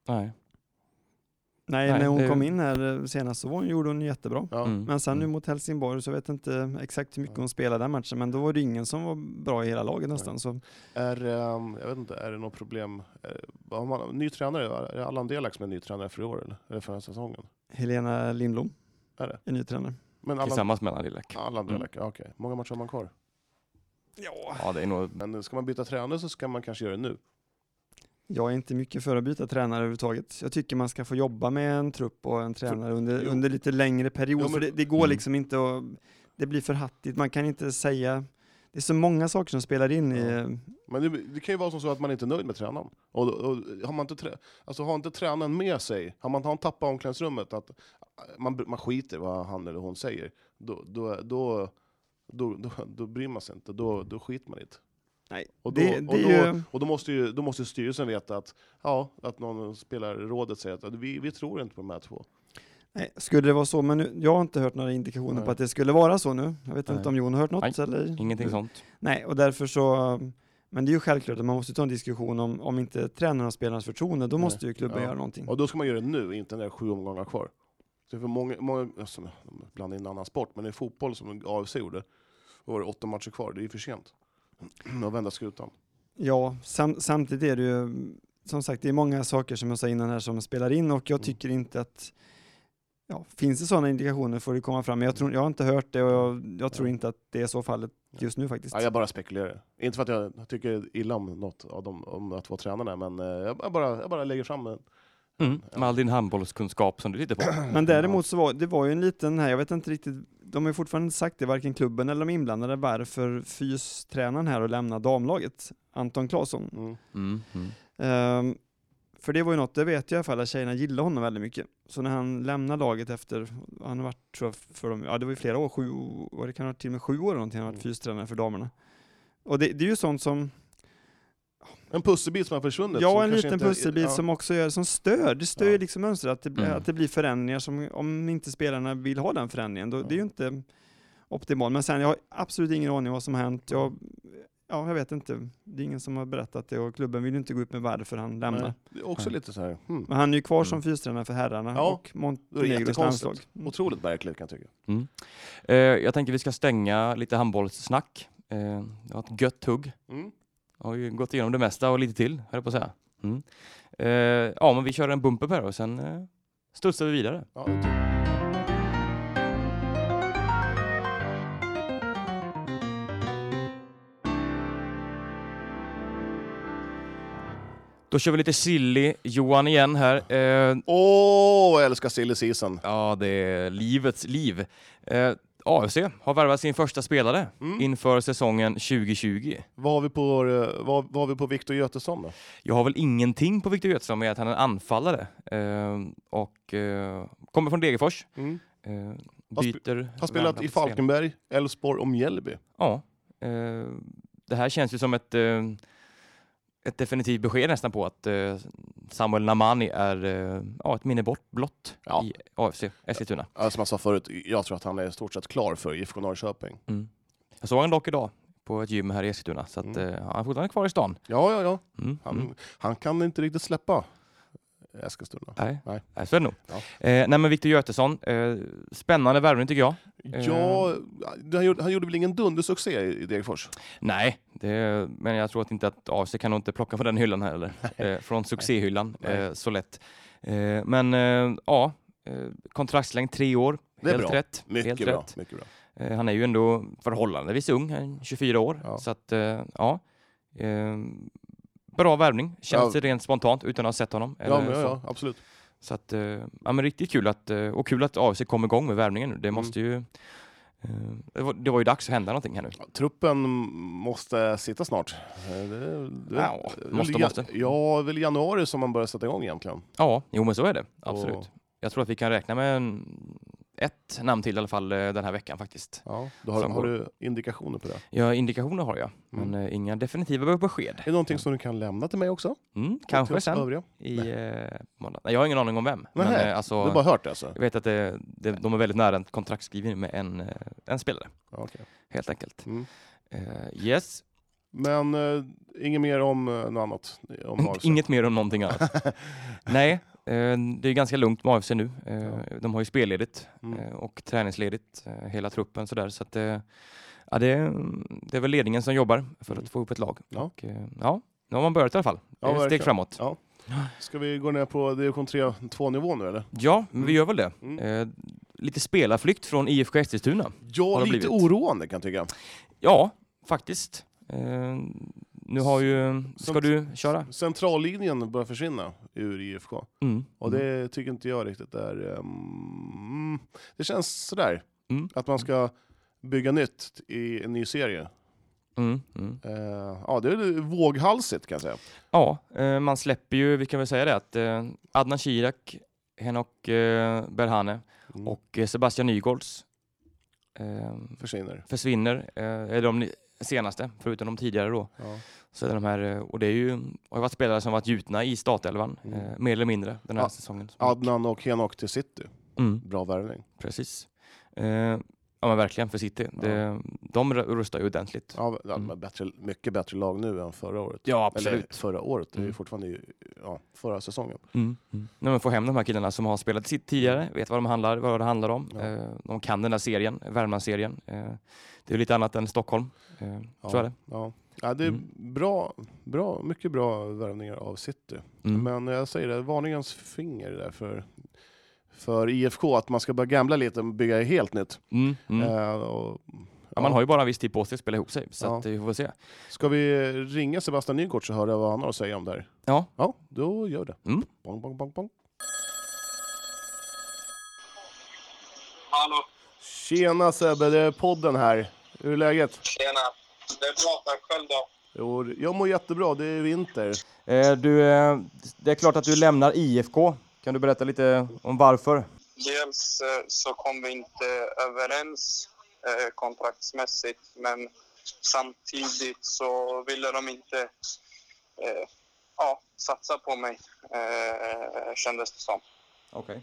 Nej, när hon kom in här senast så gjorde hon jättebra. Ja. Men sen nu mot Helsingborg så vet jag inte exakt hur mycket hon spelade den matchen, men då var det ingen som var bra i hela laget nästan. Så. Jag vet inte, är det något problem? Har man ny tränare? Är Allan Delak som är ny tränare för i år eller för den säsongen? Helena Lindblom är ny tränare. Tillsammans med Allan Delak. Allan Delak, okej. Många matcher har man kvar? Ja, det är nog... Men ska man byta tränare så ska man kanske göra det nu. Jag är inte mycket för att byta tränare överhuvudtaget. Jag tycker man ska få jobba med en trupp och en tränare under lite längre period. För det går liksom inte att... Det blir för hattigt. Man kan inte säga... Det är så många saker som spelar in i... Men det kan ju vara som så att man inte är nöjd med tränaren. Och har man inte har inte tränaren med sig, har man tappat omklädningsrummet, att man skiter vad han eller hon säger, då bryr man sig inte. Då skiter man inte. Nej, och då måste styrelsen veta att någon spelarrådet säger att vi tror inte på de här två. Nej, skulle det vara så, men jag har inte hört några indikationer på att det skulle vara så nu. Jag vet inte om Jon har hört något. Nej, eller? Ingenting sånt. Nej, och därför så... Men det är ju självklart att man måste ta en diskussion om inte tränarna och spelarnas förtroende, då måste ju klubben göra någonting. Och då ska man göra det nu, inte när det är 7 omgångar kvar. Så för många bland en annan sport, men i fotboll som AFC gjorde, var det 8 matcher kvar, det är för sent att vända skutan. Ja, samtidigt är det ju, som sagt, det är många saker som jag sa innan här som spelar in, och jag tycker inte att finns det sådana indikationer får det komma fram. Men jag har inte hört det, och jag tror inte att det är så fallet just nu faktiskt. Ja, jag bara spekulerar. Inte för att jag tycker illa om något av dem, om att vara tränarna, men jag bara lägger fram med all din handbollskunskap som du tittar på. Men däremot så var ju en liten här, jag vet inte riktigt, de har ju fortfarande inte sagt det, varken klubben eller de inblandade, varför fystränaren här och lämna damlaget, Anton Claesson. För det var ju något, det vet jag i alla fall, att tjejerna gillar honom väldigt mycket. Så när han lämnar laget efter, han har varit, tror jag, för dem, det var ju flera år, 7 år, det kan ha till och med 7 år någonting, han har varit fystränare för damerna. Och det är ju sånt som... En pusselbit som har försvunnit. Ja, en liten pusselbit som också gör som stöd. Det stör ju liksom mönstret att det blir förändringar som, om inte spelarna vill ha den förändringen, då det är ju inte optimalt. Men sen, jag har absolut ingen aning om vad som har hänt. Ja, jag vet inte. Det är ingen som har berättat det och klubben vill inte gå upp med varför han lämnar. Nej, det är också lite så här. Men han är ju kvar som fystränare för herrarna Ja, och det är Montenegros landslag. jättekonstigt. Otroligt märkligt kan jag tycka. Jag tänker vi ska stänga lite handbollssnack. Det var ett gött hugg. Jag har ju gått igenom det mesta och lite till, höll jag på att säga. Ja, men vi kör en bumper här och sen studsar vi vidare. Ja, det tycker jag. Då kör vi lite silly Johan igen här. Jag älskar silly season. Ja, det är livets liv. AFC har värvat sin första spelare inför säsongen 2020. Vad har vi på Victor Götesson då? Jag har väl ingenting på Victor Götesson med att han är en anfallare och kommer från Degerfors. Har spelat i Falkenberg, Elfsborg och Mjällby. Ja, det här känns ju som ett definitivt besked nästan på att Samuel Namani är ett minne blott i AFC Eskilstuna. Som jag sa förut, jag tror att han är i stort sett klar för IFK Norrköping. Jag såg han dock idag på ett gym här i Eskilstuna, så att, han är fortfarande kvar i stan. Ja. Han kan inte riktigt släppa Eskilstuna. Nej, så är det nog. Ja. Nej, men Victor Götesson, spännande värvning tycker jag. Ja, han gjorde väl ingen dundersuccé i Degerfors? Nej, men jag tror att inte att AFC kan nog inte plocka på den hyllan här eller från succéhyllan så lätt. Kontraktslängd 3 år, det är helt bra. rätt. Mycket bra. Han är ju ändå förhållandevis ung, 24 år, så att bra värvning, känns det rent spontant utan att ha sett honom. Ja, absolut. Så att, men riktigt kul att AFC kom igång med värvningen nu. Det måste ju det var ju dags att hända någonting här nu. Truppen måste sitta snart. Måste. Ja, väl i januari som man börjar sätta igång egentligen. Ja, men så är det. Absolut. Jag tror att vi kan räkna med ett namn till i alla fall den här veckan faktiskt. Ja, har du indikationer på det? Ja, indikationer har jag. Men inga definitiva besked. Är det någonting som du kan lämna till mig också? Kanske sen. Nej, jag har ingen aning om vem. Men, du har bara hört det alltså? Jag vet att de är väldigt nära en kontraktskrivning med en spelare. Okay. Helt enkelt. Yes. Men inget mer om något annat? Inget mer om någonting annat. Nej. Det är ganska lugnt med AFC nu. De har ju spelledigt och träningsledigt hela truppen sådär. Så att, det är väl ledningen som jobbar för att få upp ett lag. Ja. Och, nu har man börjat i alla fall. Det är ett steg framåt. Ja. Ska vi gå ner på division 3-2-nivå nu eller? Ja, men vi gör väl det. Lite spelarflykt från IFK Eskilstuna. Ja, lite oroande kan jag tycka. Ja, faktiskt. Nu har ju... Ska du köra? Centrallinjen börjar försvinna ur IFK. Och det tycker inte jag riktigt är... det känns sådär. Att man ska bygga nytt i en ny serie. Det är våghalsigt kan jag säga. Ja, man släpper ju, vi kan väl säga det, att Adnan Kirak, Henok Berhane och Sebastian Nygårds försvinner. Är de senaste, förutom de tidigare då. Ja. Så är de här, och det är ju, har varit spelare som varit gjutna i startelvan, mer eller mindre den här säsongen. Adnan och Henok till City. Bra värvning. Precis. Ja men verkligen för City. De rustar ju ordentligt. Ja, mycket bättre lag nu än förra året. Ja, absolut. Eller förra året, det är ju fortfarande förra säsongen. När man får hem de här killarna som har spelat sitt tidigare, vet vad det handlar om. De kan den där serien, Värmlandsserien. Det är lite annat än Stockholm. Så är det. Ja, det är mycket bra värvningar av City. Men jag säger det, varningens finger där för IFK att man ska börja gambla lite och bygga helt nytt. Man har ju bara en viss tid på sig att spela ihop sig, så att vi får se. Ska vi ringa Sebastian Nygård så hör jag vad han har att säga om det här? Ja, då gör det. Bong, bong, bong, bong. Hallå. Tjena Sebbe, det är podden här. Hur är läget? Tjena. Det är bra, tack själv då. Jo, jag mår jättebra, det är vinter. Det är klart att du lämnar IFK. Kan du berätta lite om varför? Dels så kom vi inte överens kontraktsmässigt, men samtidigt så ville de inte satsa på mig, kändes det som. Okay.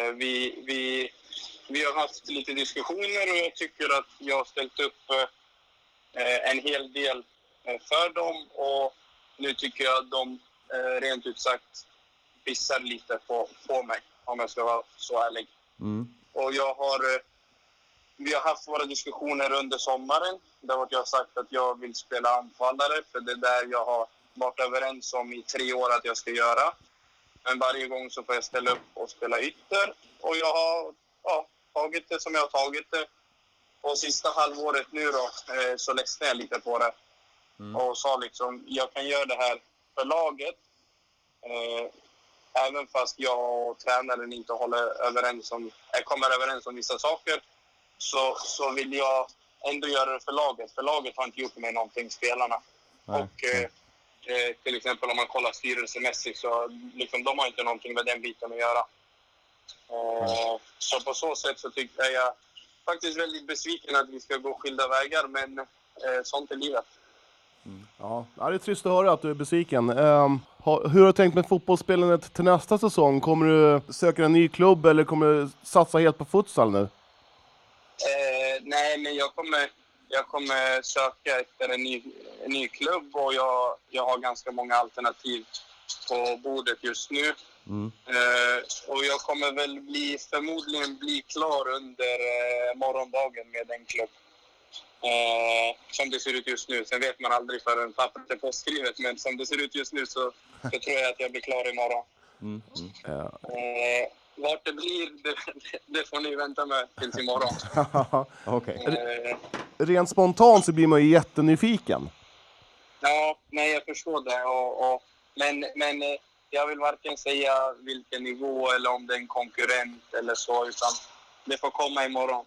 Vi har haft lite diskussioner och jag tycker att jag har ställt upp en hel del för dem, och nu tycker jag att de rent ut sagt pissar lite på mig, om jag ska vara så ärlig. Och vi har haft våra diskussioner under sommaren där jag har sagt att jag vill spela anfallare, för det är där jag har varit överens om i 3 år att jag ska göra. Men varje gång så får jag ställa upp och spela ytter, och jag har tagit det som jag har tagit det. Och sista halvåret nu då så läste jag lite på det och sa liksom, jag kan göra det här för laget. Även fast jag och tränaren inte kommer överens om vissa saker, så vill jag ändå göra det för laget. För laget har inte gjort mig någonting, spelarna. Och till exempel om man kollar styrelsemässigt, så liksom, de har inte någonting med den biten att göra. Så på så sätt så tycker jag faktiskt väldigt besviken att vi ska gå skilda vägar, men sånt är livet. Ja, det är trist att höra att du är besviken. Hur har du tänkt med fotbollsspelandet till nästa säsong? Kommer du söka en ny klubb eller kommer du satsa helt på futsal nu? Nej, men jag kommer söka efter en ny klubb, och jag har ganska många alternativ på bordet just nu. Och jag kommer väl förmodligen bli klar under morgondagen med en klubb. Som det ser ut just nu. Sen vet man aldrig förrän pappret är påskrivet, men som det ser ut just nu så tror jag att jag blir klar imorgon. Vart det blir, det får ni vänta med tills imorgon. Rent spontant så blir man ju jättenyfiken. Ja, nej, jag förstår det. Men jag vill varken säga vilken nivå eller om det är en konkurrent eller så, utan det får komma imorgon.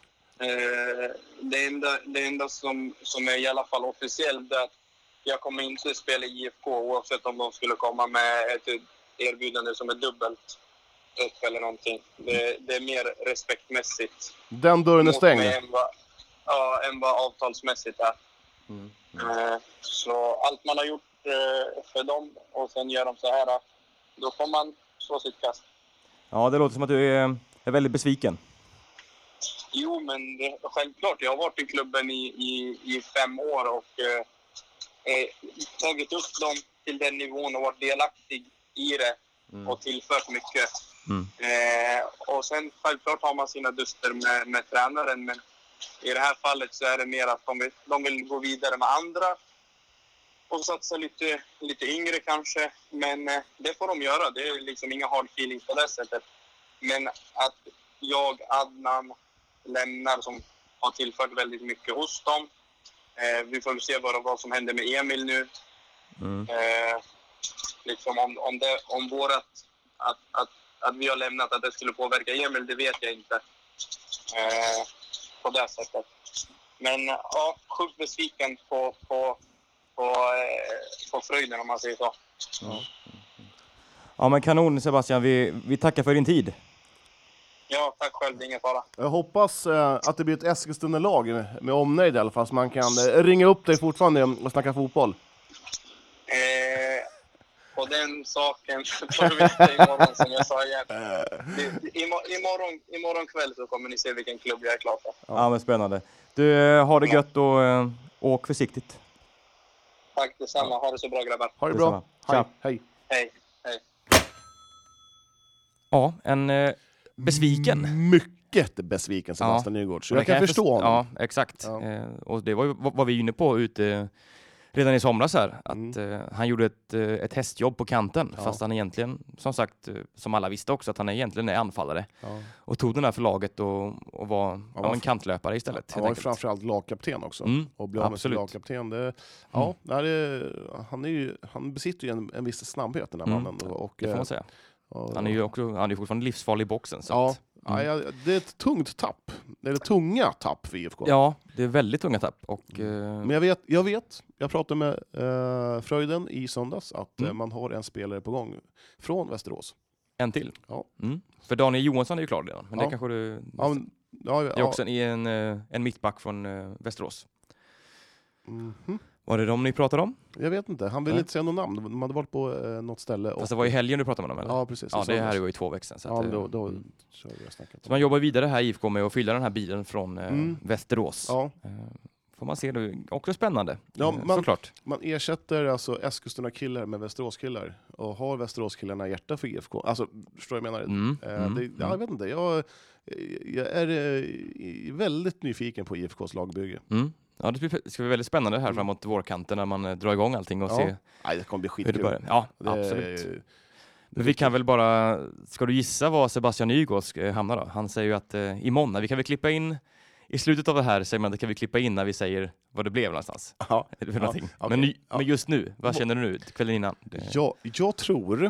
Det enda som är i alla fall officiellt är att jag kommer inte spela i IFK oavsett om de skulle komma med ett erbjudande som är dubbelt upp eller någonting. Det är mer respektmässigt. Den dörren är stängd. Än vad avtalsmässigt är. Så allt man har gjort för dem och sen gör de så här, då får man slå sitt kast. Ja, det låter som att du är väldigt besviken. Jo, men självklart. Jag har varit i klubben i 5 år och tagit upp dem till den nivån och varit delaktig i det och tillfört mycket. Och sen självklart har man sina duster med tränaren, men i det här fallet så är det mer att de vill gå vidare med andra och satsa lite yngre kanske, men det får de göra. Det är liksom inga hard feelings på det sättet. Men att Adnan lämnar som har tillfört väldigt mycket hos dem. Vi får se vad som händer med Emil nu. Liksom om vårat att vi har lämnat, att det skulle påverka Emil, det vet jag inte. På det sättet. Men ja, sjukt besviken på Fröjden, om man säger så. Ja, men kanon Sebastian, vi tackar för din tid. Ja, tack själv, det är ingen fara. Jag hoppas att det blir ett Eskilstuna-lag med omnejd i alla fall, så man kan ringa upp dig fortfarande och snacka fotboll. På den saken får du veta imorgon, som jag sa igen. Imorgon kväll så kommer ni se vilken klubb jag är klar för. Ja, men spännande. Du, har det gött och åk försiktigt. Tack detsamma, ha det så bra grabbar. Ha det bra. Hej. Hej. Ja, en besviken. Mycket besviken Sebastian Nygård. Så jag kan förstå honom. Ja, exakt. Och det var ju vad vi är inne på ute redan i somras här. Att han gjorde ett hästjobb på kanten. Fast han egentligen, som sagt, som alla visste också, att han egentligen är anfallare. Och tog den här för laget och var en kantlöpare istället. Han var ju framförallt lagkapten också. Och blev med sin lagkapten. Han besitter ju en viss snabbhet, den här mannen. Och, det får man säga. Han är ju fortfarande livsfarlig i boxen. Så det är ett tungt tapp. Det är tunga tapp för IFK. Ja, det är väldigt tunga tapp. Och, men jag pratade med Fröjden i söndags att man har en spelare på gång från Västerås. En till? Ja. För Daniel Johansson är ju klar redan. Men det kanske du... Det är också en mittback från Västerås. Var det de ni pratade om? Jag vet inte. Han ville inte säga något namn. De hade varit på något ställe. Fast det var i helgen du pratade med dem, eller? Ja, precis. Ja, det här var ju 2 veckor sedan. Så så man jobbar vidare här i IFK med att fylla den här bilen från Västerås. Ja. får man se det. Också spännande. Ja, såklart. Man ersätter alltså Eskilstuna-killar med Västerås-killar. Och har Västerås-killarna hjärta för IFK? Alltså, förstår du vad jag menar? Jag vet inte. Jag är väldigt nyfiken på IFKs lagbygge. Ja, det ska bli väldigt spännande här framåt vårkanten när man drar igång allting och se. Nej, det kommer bli hur det börjar. Ja, absolut. Men vi kan väl ska du gissa vad Sebastian Nygårds hamnar då? Han säger ju att imorgon, vi kan väl klippa in i slutet av det här, säger man, det kan vi klippa in när vi säger vad det blev någonstans. Ja. Okay. Men just nu, vad känner du nu kvällen innan? Jag tror...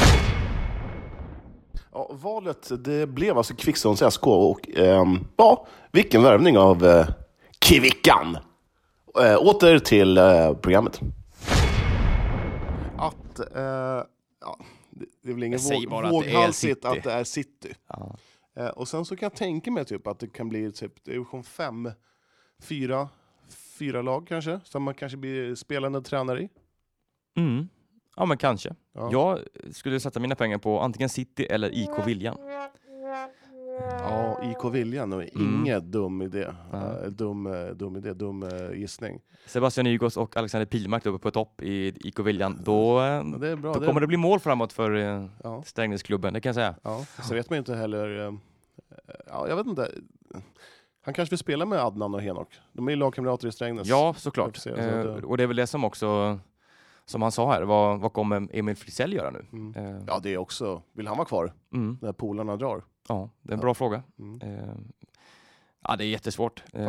Ja, valet, det blev alltså Kvicksunds SK och vilken värvning av Kvickan. Åter till programmet. Det är väl ingen våghalsigt att det är City. Ja. Och sen så kan jag tänka mig typ att det kan bli typ division 5, 4 lag kanske, som man kanske blir spelande tränare i. Ja, men kanske. Ja. Jag skulle sätta mina pengar på antingen City eller IK Viljan. Ja, IK Viljan och ingen dum idé. Dum gissning. Sebastian Nygårds och Alexander Pilmark uppe på topp i IK Viljan. Då kommer det bli mål framåt för Strängnäsklubben, det kan jag säga. Ja, så vet man inte heller. Jag vet inte. Han kanske vill spela med Adnan och Henok. De är ju lagkamrater i Strängnäs. Ja, såklart. Och det är väl det som också, som han sa här, vad kommer Emil Frisell göra nu? Ja, det är också. Vill han vara kvar när polarna drar? Ja, det är en bra fråga. Det är jättesvårt. Det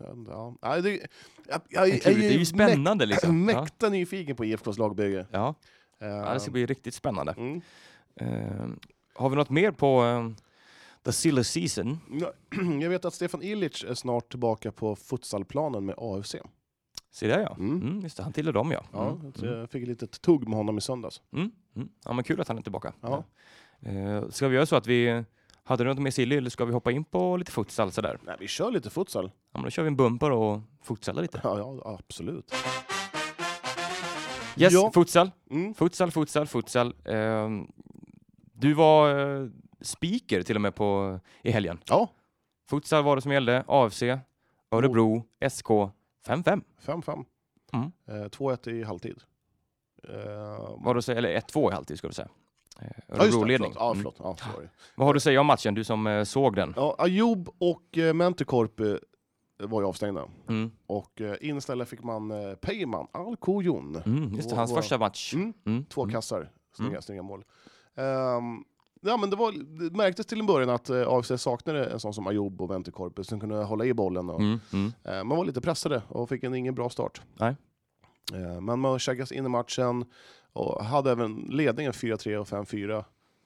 är ju spännande liksom. Mäkta nyfiken på IFKs lagbygge. Ja, det ska bli riktigt spännande. Har vi något mer på the silly season? Jag vet att Stefan Illich är snart tillbaka på futsalplanen med AFC. Ser det, ja. Just det, han tillhör dem, ja. Jag fick ett litet tugg med honom i söndags. Ja, men kul att han är tillbaka. Ja. Ska vi göra så att hade du något mer silly eller ska vi hoppa in på lite futsal sådär? Nej, vi kör lite futsal. Ja, men då kör vi en bumper och futsalar lite. Ja, absolut. Yes, futsal. Futsal. Du var speaker till och med i helgen. Ja. Futsal var det som gällde. AFC, Örebro, SK 5-5. 5-5. 2-1 i halvtid. Eller 1-2 i halvtid ska du säga. Örebro-ledning. Förlåt. Vad har du att säga om matchen, du som såg den? Ja, Ayoub och Mentekorp var ju avstängda. Och in istället fick man Peyman Al-Kojon. Just det, hans första match. 2 kassar, snygga mål. Men det märktes till en början att AFC saknade en sån som Ayoub och Mentekorp som kunde hålla i bollen. Och, man var lite pressade och fick ingen bra start. Nej. Men man checkas in i matchen och hade även ledningen 4-3 och 5-4.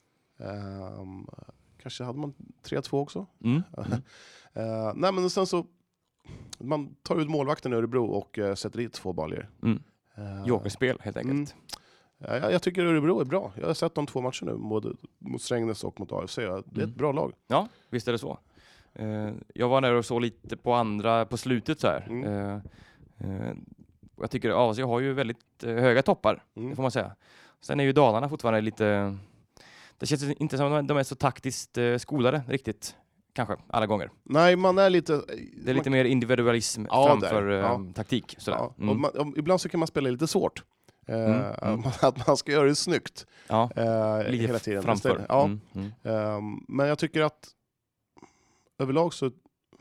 Kanske hade man 3-2 också. Nej, men sen så man tar ut målvakten i Örebro och sätter dit 2 baljer. Jokerspel helt enkelt. Jag tycker Örebro är bra. Jag har sett de 2 matcher nu mot Strängnäs och mot AFC. Det är ett bra lag. Ja, visst är det så. Jag var där och såg lite på slutet så här. Jag tycker AFC har ju väldigt höga toppar, det får man säga. Sen är ju Dalarna fortfarande lite... Det känns inte som att de är så taktiskt skolade riktigt, kanske, alla gånger. Nej, man är lite... Det är lite mer individualism framför taktik. Sådär. Och ibland så kan man spela lite svårt. Att man ska göra det snyggt. Hela tiden. Framför. Men jag tycker att överlag så...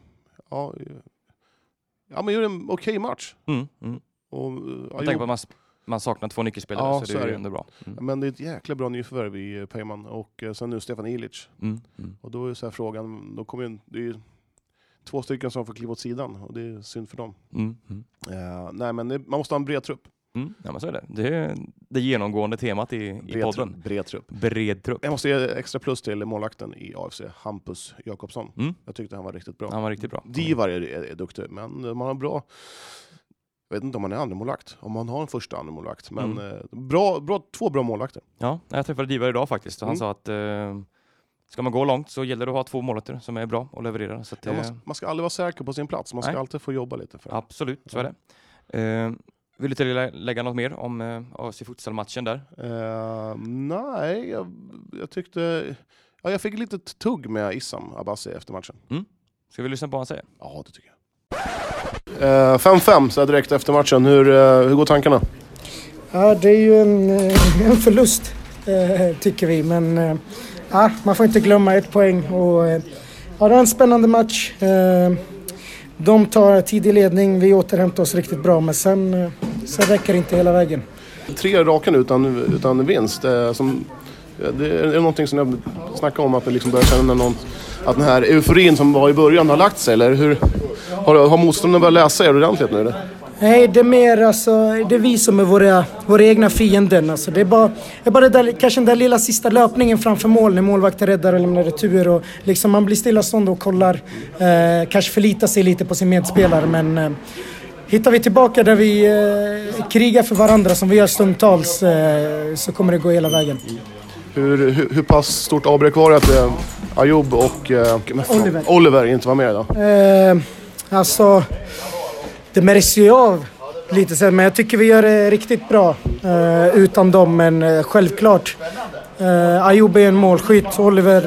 man gör en okej match. Och, jag tänker på att man saknar 2 nyckelspelare, så det är ju ändå bra. Men det är ett jäkla bra nyförvärv i Peyman och sen nu Stefan Illich. Och då är så här frågan, då kommer det är ju 2 stycken som får kliva åt sidan och det är synd för dem. Nej, men man måste ha en bred trupp. Ja, men så är det. Det är det genomgående temat i podden. Bred trupp. Jag måste ge extra plus till målvakten i AFC, Hampus Jakobsson. Jag tyckte han var riktigt bra. Han var riktigt bra. Divar är duktig, men man har bra... Jag vet inte om man är andremålvakt, om man har en första andremålvakt. Men 2 bra målvakter. Ja, jag träffade Divar idag faktiskt. Och han sa att ska man gå långt så gäller det att ha 2 målvakter som är bra och levererar. Så att, man ska aldrig vara säker på sin plats. Man ska alltid få jobba lite för det. Absolut, så är det. Vill du lägga något mer om AFC Futsal-matchen där? Nej, jag tyckte... Ja, jag fick lite tugg med Issam Abbasi efter matchen. Ska vi lyssna på vad han säger? Ja, det tycker jag. 5-5 så här direkt efter matchen. Hur går tankarna? Ja, det är ju en förlust tycker vi, men man får inte glömma 1 poäng. Och, det är en spännande match. De tar tidig ledning, vi återhämtar oss riktigt bra, men sen räcker det inte hela vägen. 3 raka utan vinst. Det är någonting som jag snackar om, att vi liksom börjar känna att den här euforin som var i början har lagt sig, eller hur? Har motståndarna börjat läsa er ordentligt nu, eller? Nej, det är mer det är vi som är våra egna fienden. Alltså, det är bara det där, kanske den där lilla sista löpningen framför mål när målvakten räddar eller lämnar retur, och liksom man blir stillastående och kollar, kanske förlitar sig lite på sin medspelare, men hittar vi tillbaka där vi krigar för varandra som vi gör stundtals, så kommer det gå hela vägen. Hur pass stort avbräck var det att Ayoub och Oliver inte var med idag? Alltså, det märks ju av lite sen, men jag tycker vi gör det riktigt bra utan dem, men självklart. Ayoub är en målskytt, Oliver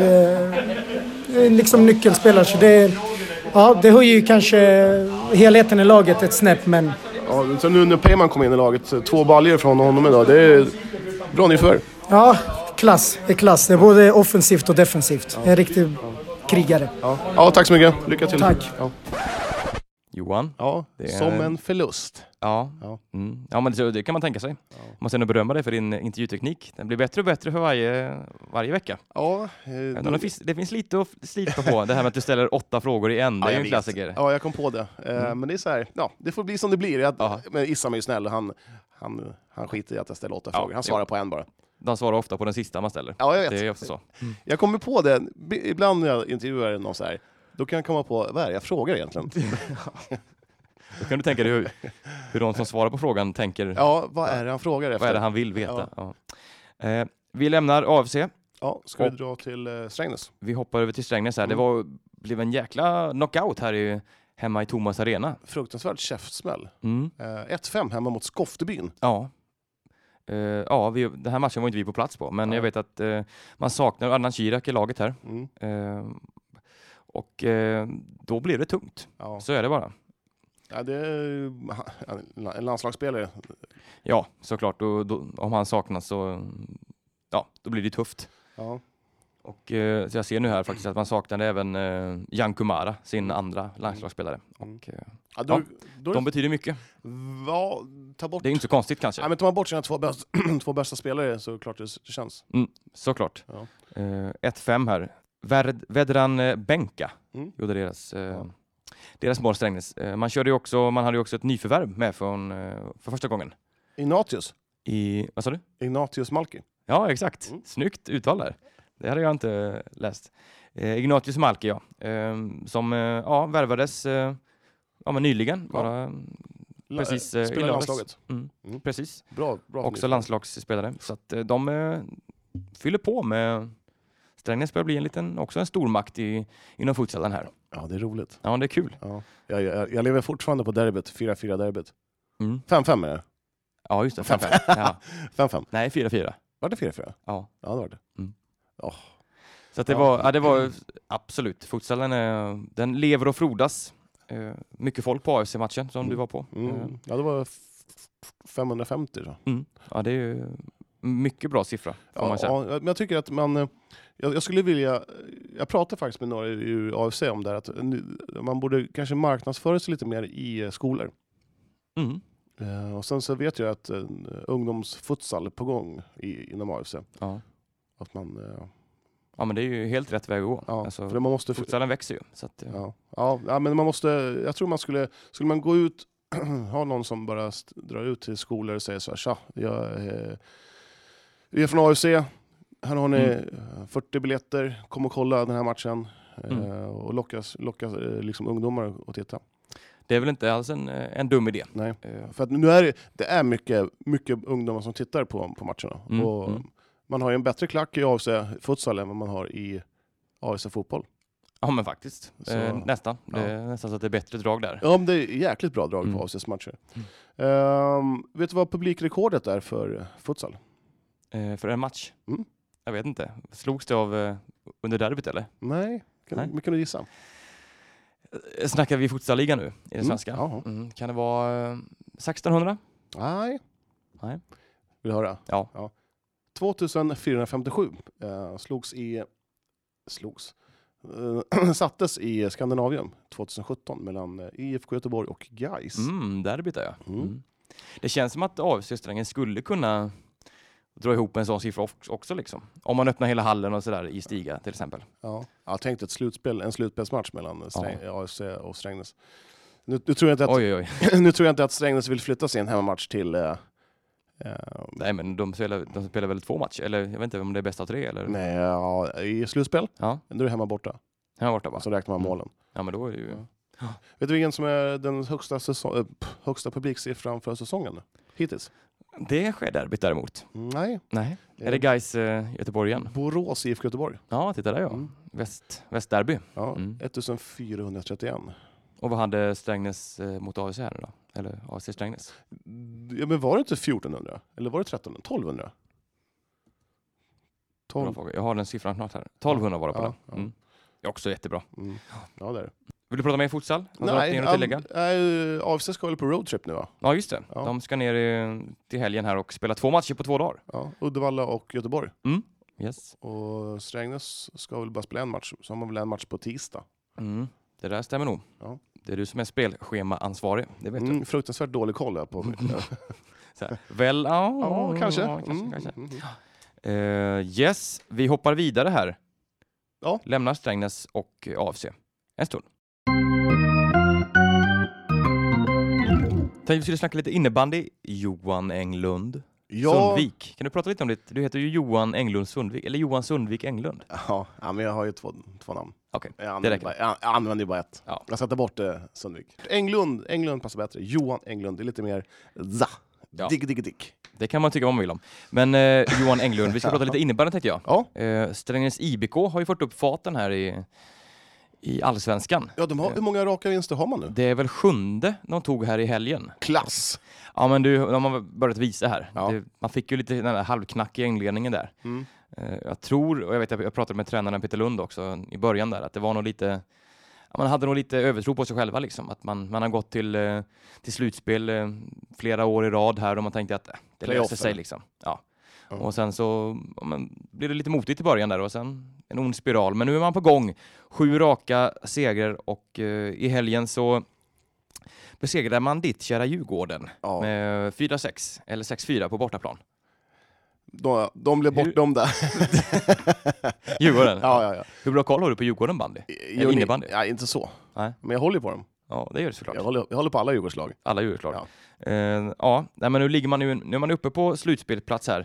är liksom nyckelspelare, så det höjer ju kanske helheten i laget ett snäpp, men... Ja, så nu när Peyman kom in i laget, 2 baljor från honom idag, det är bra nyför. Ja, klass. Det är både offensivt och defensivt. En riktig krigare. Ja, tack så mycket. Lycka till. Tack. Ja. Johan? Ja, som en förlust. Ja, men det kan man tänka sig. Måste ändå berömma dig för din intervjuteknik. Den blir bättre och bättre för varje vecka. Ja, det finns lite att slipa på. Det här med att du ställer 8 frågor i en, det är ju en klassiker. Ja, jag kom på det. Men det är så här, det får bli som det blir. Men Issam är ju snäll, han skiter i att jag ställer 8 frågor. Han svarar på en bara. De svarar ofta på den sista man ställer. Ja, jag vet. Det är ofta så. Jag kommer på det, ibland när jag intervjuar någon så här, då kan jag komma på, vad är det jag frågar egentligen? Då kan du tänka dig hur de som svarar på frågan tänker. Ja, vad är det han frågar efter? Vad är det han vill veta? Ja. Vi lämnar AFC. Ja, ska vi dra till Strängnäs? Vi hoppar över till Strängnäs här. Det blev en jäkla knockout här hemma i Thomas Arena. Fruktansvärt käftsmäll. 1-5 hemma mot Skoftebyn. Ja. Den här matchen var inte vi på plats på, men jag vet att man saknar Adnan Kirak i laget här. Och då blir det tungt. Ja. Så är det bara. Ja, det är en landslagsspelare. Ja, såklart. Då, om han saknas så då blir det tufft. Ja. Och så jag ser nu här faktiskt att man saknade även Jan Kumara, sin andra landslagsspelare. Och de betyder mycket. Ta bort. Det är inte så konstigt kanske. Ja, men tar man bort sina 2 bästa spelare så klart det känns. Såklart. 1-5 här. Vedran Benka gjorde deras mål Strängnäs. Man hade ju också ett nyförvärv med för första gången. Ignatius. Vad sa du? Ignatius Malki. Ja, exakt. Snyggt utval där. Det hade jag inte läst. Ignatius Malki, som värvades nyligen. Precis i landslaget. Precis. Bra också landslagsspelare. Så att de fyller på med... Strängnäs börjar bli också en stormakt inom futsalen här. Ja, det är roligt. Ja, det är kul. Ja. Jag lever fortfarande på derbyt, 4-4 derbyt. 5-5 är det. Ja, just det. 5-5. Ja. 5-5. Nej, 4-4. Var det 4-4? Ja. Ja, det var det. Så att det var absolut. Futsalen den lever och frodas. Mycket folk på AFC-matchen som du var på. Ja, det var 550 då. Ja, det är ju mycket bra siffra. Men jag tycker att jag skulle vilja, jag pratade faktiskt med några i AFC om det här, att man borde kanske marknadsföra sig lite mer i skolor. Och sen så vet jag att ungdomsfutsal är på gång inom AFC. Ja. Att man... Ja, men det är ju helt rätt väg att gå. Ja, för man måste... Futsalen växer ju. Så att, ja, men man måste... Jag tror man skulle man gå ut, ha någon som bara drar ut till skolor och säger så här, tja, vi är från AFC, här har ni 40 biljetter, kom och kolla den här matchen och locka liksom ungdomar att titta. Det är väl inte alls en dum idé. Nej, för att nu är det mycket ungdomar som tittar på matcherna. Och man har ju en bättre klack i AFC futsal än vad man har i AFC fotboll. Ja, men faktiskt. Nästan. Det är nästan så att det är bättre drag där. Ja, men det är jäkligt bra drag på AFCs matcher. Vet du vad publikrekordet är för futsal? För en match? Jag vet inte. Slogs det av under derbyt eller? Nej. Kan du gissa? Snackar vi futsal-liga nu i den svenska? Kan det vara 1600? Nej. Nej. Vill du höra? Ja. 2457 sattes i Skandinavien 2017 mellan IFK Göteborg och Gais. Där byter jag. Det känns som att AFC-strängen skulle kunna dra ihop en sån siffra också liksom. Om man öppnar hela hallen och sådär i Stiga till exempel. Ja, jag tänkte en slutspelsmatch mellan AFC och Strängnäs. Nu tror jag inte att Strängnäs vill flytta sin hemmamatch till... Nej, men de spelar väl 2 matcher? Eller jag vet inte om det är bästa av 3 eller? Nej, i slutspel. Ja. Då är det hemma borta. Hemma borta bara. Så räknar man målen. Ja, men då är det ju... Ja. Vet du vilken som är den högsta publiksiffran för säsongen hittills? Det sker derbyt däremot. Nej. Är det Gais Göteborg igen? Borås IFK Göteborg. Ja, titta där Västderby. Ja, 1431. Och vad hade Strängnäs mot AFC här då? Eller AFC Strängnäs? Ja, men var det inte 1400? Eller var det 1300? 1200? 12. Jag har den siffran snart här. 1200 var det på den. Det är också jättebra. Ja, det är det. Vill du prata mer futsal? Nej, AFC ska väl på roadtrip nu va? Ja, just det. Ja. De ska ner till helgen här och spela 2 matcher på 2 dagar. Ja, Uddevalla och Göteborg. Yes. Och Strängnäs ska väl bara spela en match. Så har man väl en match på tisdag. Det där stämmer nog. Ja. Det är du som är spelschema-ansvarig. Det vet du. Fruktansvärt dålig koll på mig. Kanske. Yes, vi hoppar vidare här. Ja. Lämnar Strängnäs och AFC. En stund. Tänkte vi skulle snacka lite innebandy. Johan Englund Sundvik. Kan du prata lite om det? Du heter ju Johan Englund Sundvik. Eller Johan Sundvik Englund. Ja, men jag har ju två namn. Okej, jag använder ju bara ett. Ja. Jag sätter bort Sundvik. Englund passar bättre. Johan Englund, det är lite mer digg. Det kan man tycka vad man vill om. Men Johan Englund, vi ska prata lite innebandy tänkte jag. Ja. Strängnäs IBK har ju fått upp faten här i Allsvenskan. Ja, hur många raka vinster har man nu? Det är väl 7:e de tog här i helgen. Klass! Ja, men de har börjat visa här. Ja. Man fick ju lite den där halvknack i inledningen där. Jag tror, och jag pratade med tränaren Peter Lund också i början där, att det var nog lite... Man hade nog lite övertro på sig själva liksom. Att man har gått till slutspel flera år i rad här och man tänkte att det löser sig liksom. Ja. Och sen så blir det lite motigt i början där och sen en ond spiral. Men nu är man på gång. 7 raka segrar och i helgen så besegrade man ditt kära Djurgården med 4-6 eller 6-4 på bortaplan. De blev bortdömda. Djurgården? Ja. Hur bra koll har du på Djurgården bandy? Innebandy? Ja, inte så. Nej. Men jag håller på dem. Ja, det gör det såklart. Jag håller på alla Djurgårdslag. Alla Djurgårdslag. Ja. Men nu ligger nu är man uppe på slutspelplats här.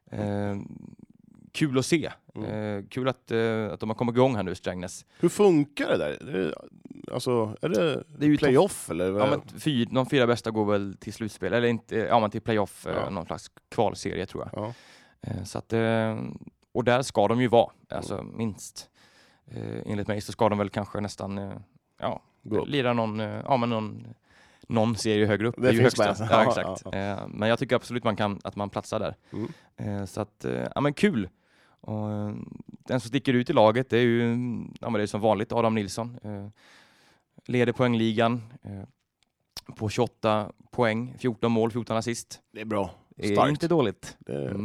Kul att se. Kul att de har kommit igång här nu, Strängnäs. Hur funkar det där? Är det ju playoff eller? Ja, men de 4 bästa går väl till slutspel eller inte? Ja, men till playoff, någon slags kvalserie tror jag. Ja. Så att och där ska de ju vara, alltså minst. Enligt mig så ska de väl kanske nästan lira någon serie högre upp. Det är ju högsta. Ja, exakt. Men jag tycker absolut att man platsar där. Så att men kul. Och den som sticker ut i laget det är ju det är som vanligt Adam Nilsson. Leder poängligan på 28 poäng, 14 mål, 14 assist. Det är bra. Det är inte dåligt.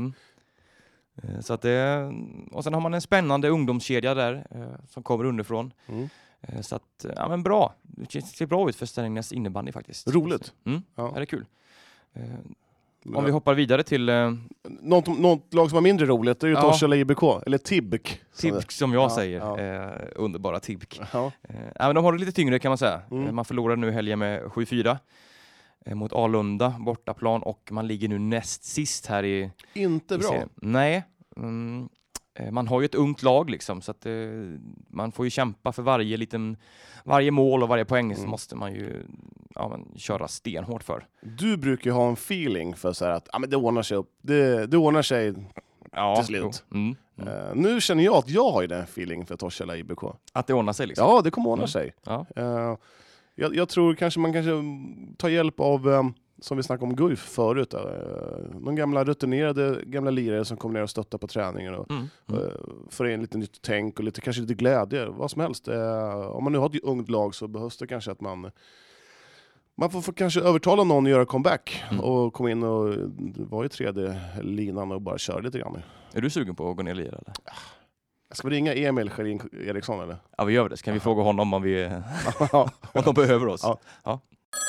Så att och sen har man en spännande ungdomskedja där som kommer underifrån. Så att, men bra. Det ser bra ut för Strängnäs innebandy faktiskt. Roligt. Ja, det är kul. Om vi hoppar vidare till... Något lag som var mindre roligt är ju Torshälla IBK, eller Tibk. Tibk som jag säger. Underbara Tibk. Men de har det lite tyngre kan man säga. Man förlorade nu helgen med 7-4 mot Alunda, bortaplan, och man ligger nu näst sist här i... Inte bra. Nej. Man har ju ett ungt lag liksom, så att man får ju kämpa för varje mål och varje poäng så måste man ju köra stenhårt för. Du brukar ju ha en feeling för så här att men det ordnar sig upp. Det ordnar sig till slut. Nu känner jag att jag har ju den feeling för Torshälla IBK. Att det ordnar sig liksom? Ja, det kommer ordna sig. Ja. Jag tror kanske man tar hjälp av som vi snackade om Guif förut. De gamla rutinerade gamla lirare som kommer ner och stöttar på träningen och får in lite nytt tänk och kanske lite glädje, vad som helst. Om man nu har ett ungt lag så behövs det kanske att man får kanske övertala någon att göra comeback och komma in och vara i tredje linan och bara köra lite grann. Är du sugen på att gå ner och lira eller? Ska vi ringa Emil Schelin Eriksson eller? Ja, vi gör det. Så kan vi fråga honom om om de behöver oss. Ja.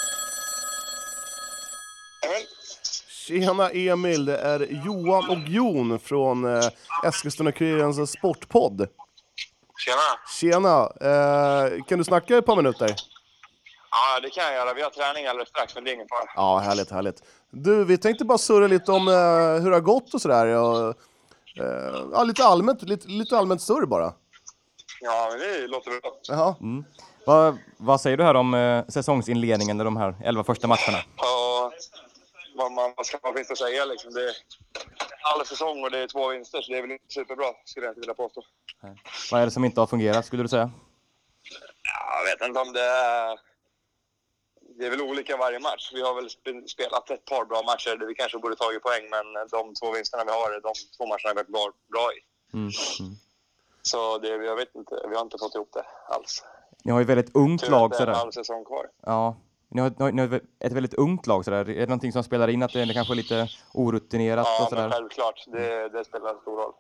Tjena Emil, det är Johan och Jon från Eskilstuna-Kurirens sportpodd. Tjena. Kan du snacka ett par minuter? Ja, det kan jag göra. Vi har träning alldeles strax, men det är ingen fara. Ja, härligt. Du, vi tänkte bara surra lite om hur det har gått och sådär. Lite allmänt surr bara. Ja, men det låter bra. Jaha. Vad säger du här om säsongsinledningen, de här 11 första matcherna? Ja, vad ska man finns att säga liksom? Det är alla säsong och det är 2 vinster, så det är väl inte superbra, skulle jag inte vilja påstå. Nej. Vad är det som inte har fungerat, skulle du säga? Jag vet inte om det är... Det är väl olika varje match. Vi har väl spelat ett par bra matcher där vi kanske borde tagit poäng, men de 2 vinsterna vi har, de 2 matcherna har varit bra i. Så jag vet inte, vi har inte fått ihop det alls. Ni har ju väldigt ungt lag sådär. Det är en halv säsong kvar. Ja, ni har ett väldigt ungt lag sådär. Är det någonting som spelar in att det är kanske lite orutinerat och sådär? Ja, men självklart. Det spelar en stor roll.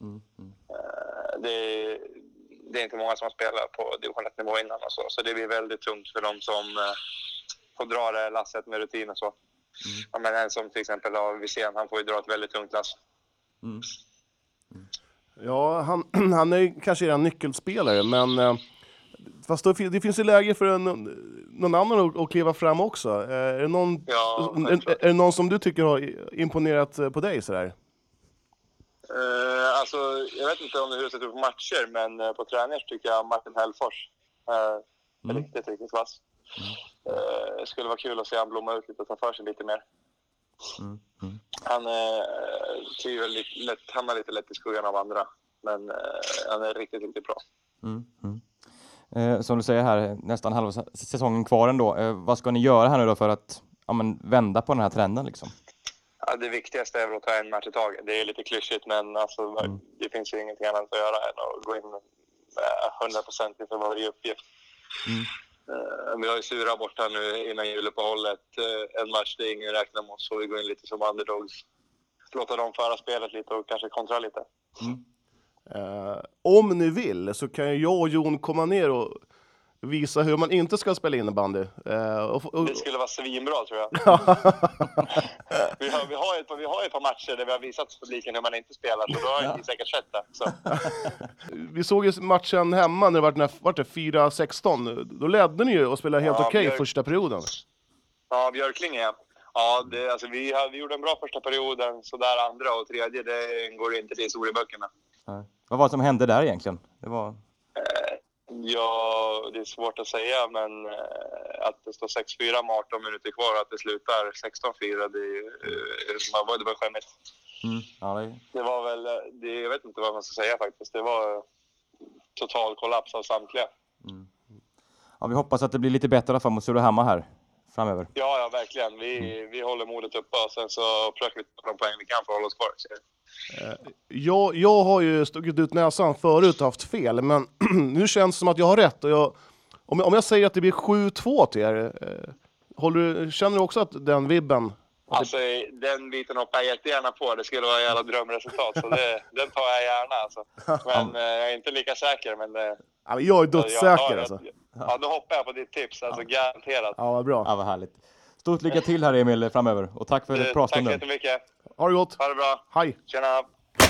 Det är inte många som spelar på division 1-nivå innan och så det blir väldigt tungt för dem som får dra det lasset med rutin och så. Ja, men en som till exempel Wirsén, han får ju dra ett väldigt tungt lass. Ja, han är kanske en nyckelspelare, men fast det finns ju läge för någon annan att kliva fram också. Är det någon som du tycker har imponerat på dig sådär? Alltså, jag vet inte om det hur det ser ut på matcher, men på träningar tycker jag Martin Hellfors är riktigt vass. Det skulle vara kul att se han blomma ut lite och ta för sig lite mer. Han hamnar lite lätt i skuggan av andra, men han är riktigt bra. Som du säger här, nästan halva säsongen kvar ändå. Vad ska ni göra här nu då för att vända på den här trenden liksom? Ja, det viktigaste är att ta en match i taget. Det är lite klyschigt, men alltså, det finns ju ingenting annat att göra än att gå in med 100% inför varje uppgift. Vi har ju Sura borta nu innan juluppehållet. En match där ingen räknar med oss, så vi går in lite som underdogs. Låta dem föra spelet lite och kanske kontra lite. Om ni vill så kan jag och Jon komma ner och visa hur man inte ska spela innebandy. Det skulle vara svinbra, tror jag. vi har ett par matcher där vi har visat publiken hur man inte spelar, så då har ni säkert sett det. Så. Vi såg ju matchen hemma när det var 4-16. Då ledde ni ju och spelade helt okej första perioden. Ja, Björklinge. Ja, vi gjorde en bra första perioden, så där andra och tredje, det går inte till historieböckerna. Vad var det som hände där egentligen? Det var... Ja, det är svårt att säga, men att det står 6-4 med 18 minuter kvar och att det slutar 16-4, det var skämmigt. Det var väl, jag vet inte vad man ska säga faktiskt. Det var total kollaps av samtliga. Ja, vi hoppas att det blir lite bättre för mot Surahammar här framöver. Ja, verkligen. Vi håller modet uppe och sen så försöker vi ta de poäng vi kan för att hålla oss kvar. Jag har ju stuckit ut näsan förut och haft fel, men nu känns det som att jag har rätt. Och om jag säger att det blir 7-2 till er, känner du också att den vibben... Alltså, den biten hoppar jag jättegärna på. Det skulle vara en jävla drömresultat, så den tar jag gärna. Alltså. Men jag är inte lika säker. Men jag är dödssäker. Alltså. Ja, då hoppar jag på ditt tips. Alltså, garanterat. Ja, vad bra. Ja, vad härligt. Stort lycka till här, Emil, framöver. Och tack för pratstunden. Tack så jättemycket. Ha det gott. Ha det bra. Hej. Tjena.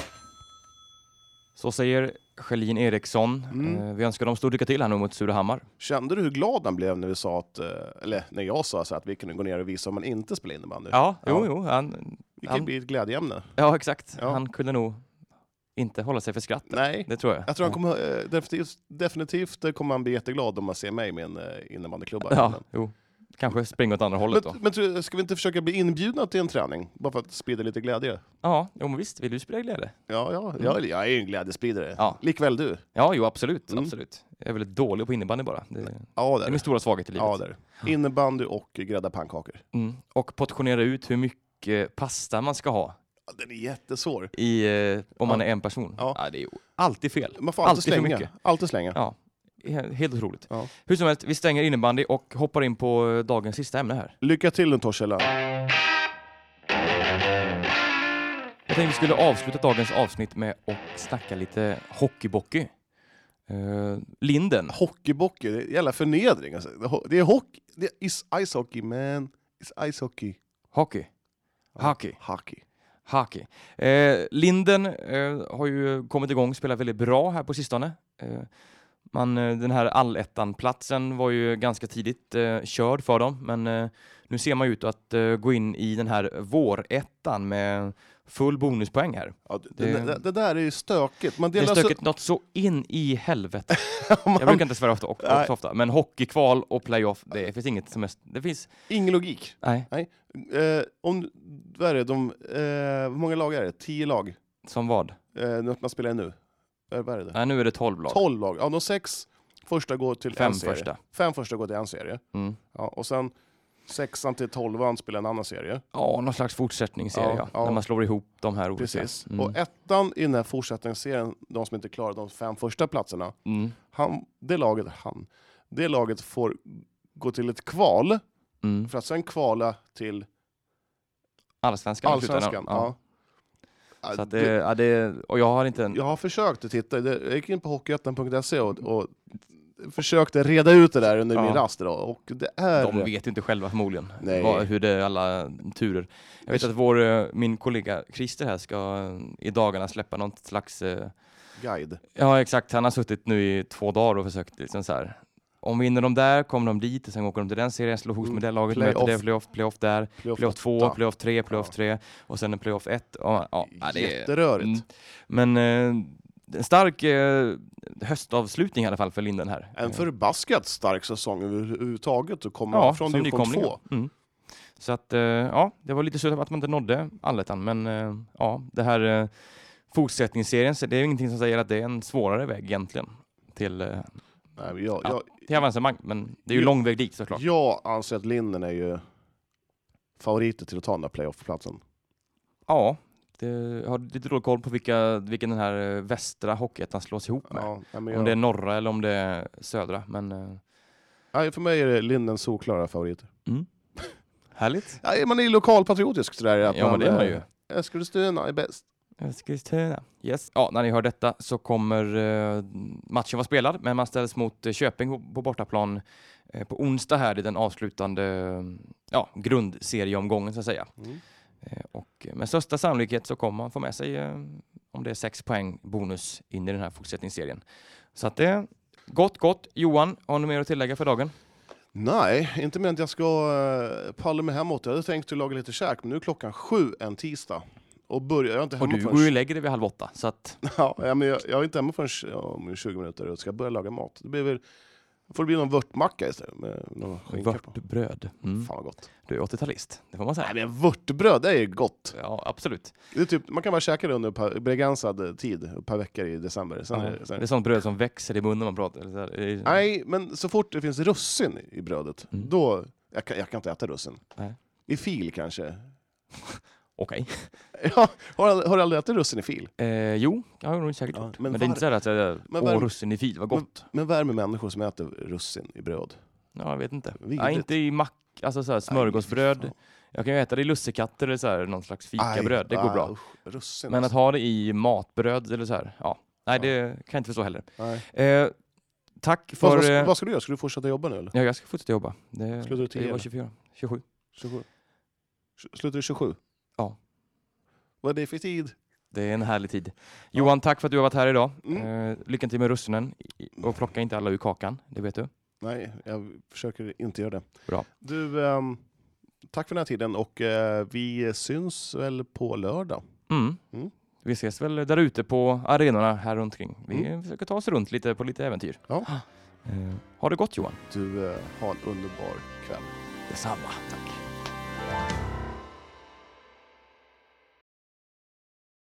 Så säger Schelin Eriksson. Vi önskar dem stort lycka till här nu mot Surahammar. Kände du hur glad han blev när vi sa när jag sa så att vi kunde gå ner och visa om man inte spelar innebandy? Ja, jo. Det kan bli ett glädjeämne. Ja, exakt. Ja. Han kunde nog inte hålla sig för skratt. Nej, det tror jag. Jag tror han kommer definitivt kommer han bli jätteglad om man ser mig med en innebandyklubba. Ja, jo. kanske springa åt andra hållet då. Men ska vi inte försöka bli inbjudna till en träning? Bara för att sprida lite glädje? Ja, men visst. Vill du sprida glädje? Ja, jag är ju en glädjespridare. Ja. Likväl du. Ja, jo, absolut. Absolut. Jag är väldigt dålig på innebandy bara. Det är min stora svaghet i livet. Ja, där. Innebandy och grädda pannkakor. Och portionera ut hur mycket pasta man ska ha. Ja, den är jättesvår. Om man är en person. Ja. Det är alltid fel. Man får alltid slänga. För mycket. Alltid slänga. Ja, helt otroligt. Ja. Hur som helst, vi stänger innebandy och hoppar in på dagens sista ämne här. Lycka till nu, Torshälla. Jag tänkte vi skulle avsluta dagens avsnitt med att snacka lite hockeybocky. Linden. Hockeybocky, det är jävla förnedring. Alltså. Det är hockey. Det är ice hockey, man. It's ice hockey. Hockey. Hockey. Hockey. Hockey. Linden har ju kommit igång och spelat väldigt bra här på sistone. Den här allettan-platsen var ju ganska tidigt körd för dem, men nu ser man ut att gå in i den här vårettan med full bonuspoäng här. Ja, det där är ju stökigt. Det är stökigt något så in i helvete. Jag brukar inte svära ofta, men hockeykval och playoff, det finns inget som helst. Det finns ingen logik. Nej. Vad är det? Hur många lag är det? 10 lag? Som vad? Man spelar nu. Vad är det? Nej, nu är det 12 lag. 12 lag. Ja, de 6 första går till 5 en serie. första. 5 första går till en serie. Ja, och sen 6an till 12an spelar en annan serie. Ja, någon slags fortsättningsserie. Ja. När man slår ihop de här olika. Precis. Och ettan i den här fortsättningsserien, de som inte klarar de 5 första platserna, det laget får gå till ett kval för att sen kvala till Allsvenskan. Ja. Så att och jag har inte... Jag har försökt att titta. Jag gick in på hockeyettan.se och försökte reda ut det där under min rast idag. Och det är... De vet ju inte själva förmodligen hur det är alla turer. Jag vet att min kollega Christer här ska i dagarna släppa något slags... guide. Ja, exakt. Han har suttit nu i 2 dagar och försökt liksom så här... Om vinner de där kommer de dit och sen åker de till den serien, slår ihop med det laget, möter det, playoff där, playoff 2, playoff 3, playoff 3 och sen en playoff 1. Det är jätterörigt. Men en stark höstavslutning i alla fall för Linden här. En förbaskat stark säsong överhuvudtaget att komma från division 2. Så att det var lite synd att man inte nådde allettan, men det här fortsättningsserien, så det är ingenting som säger att det är en svårare väg egentligen till till avancemang, men det är ju lång väg dit såklart. Jag anser att Linden är ju favoriter till att ta den där playoff-platsen. Ja, jag har lite dålig koll på vilken den här västra hockeyettan slås ihop med. Om det är norra eller om det är södra. Men, för mig är det Lindens solklara favoriter. Härligt. Ja, man är ju lokalpatriotisk sådär. Men det är man ju. Eskilstuna är bäst. Yes. Ja, när ni hör detta så kommer matchen vara spelad, men man ställs mot Köping på bortaplan på onsdag här i den avslutande grundserieomgången så att säga. Och med största sannolikhet så kommer man få med sig om det är 6 poäng bonus in i den här fortsättningsserien. Så att det är gott. Johan, har du mer att tillägga för dagen? Nej, inte mer än att jag ska palla mig hemåt. Jag hade tänkt att laga lite käk, men nu är klockan 7 en tisdag. Och du går ju lägger dig vid 7:30 så att... men jag är inte hemma förrän om 20 minuter och ska börja laga mat. Får det bli någon vörtmacka istället med någon vörtbröd. Fan vad gott. Du är 80-talist, det får man säga. Nej, men vörtbröd, det är gott. Ja, absolut. Det är typ, man kan bara käka det under begränsad tid, ett par veckor i december. Det är sånt bröd som växer i munnen man pratar. Nej, men så fort det finns russin i brödet, då... Jag kan inte äta russin. Nej. I fil kanske. Okej. Ja, har du aldrig ätit russin i fil? Jo, jag har nog säkert gjort. Men det är inte så att russin i fil var gott. Men vad är det med människor som äter russin i bröd? Ja, jag vet inte. Nej, inte i alltså så här smörgåsbröd. Jag kan ju äta det i lussekatter eller så här, någon slags fikabröd. Det går bra. Russin, men att ha det i matbröd eller så här, det kan jag inte förstå heller. Tack för... Vad ska du göra? Ska du fortsätta jobba nu? Eller? Ja, jag ska fortsätta jobba. Slutar du 10? Det var 27. Slutar du 27? Ja. Vad är det för tid? Det är en härlig tid. Johan, tack för att du har varit här idag. Lycka till med russinen. Och plocka inte alla ur kakan, det vet du. Nej, jag försöker inte göra det. Bra. Du, tack för den här tiden och vi syns väl på lördag. Vi ses väl där ute på arenorna här runt omkring. Vi försöker ta oss runt lite på lite äventyr. Ja. Ha det gott, Johan. Du, ha en underbar kväll. Detsamma. Tack.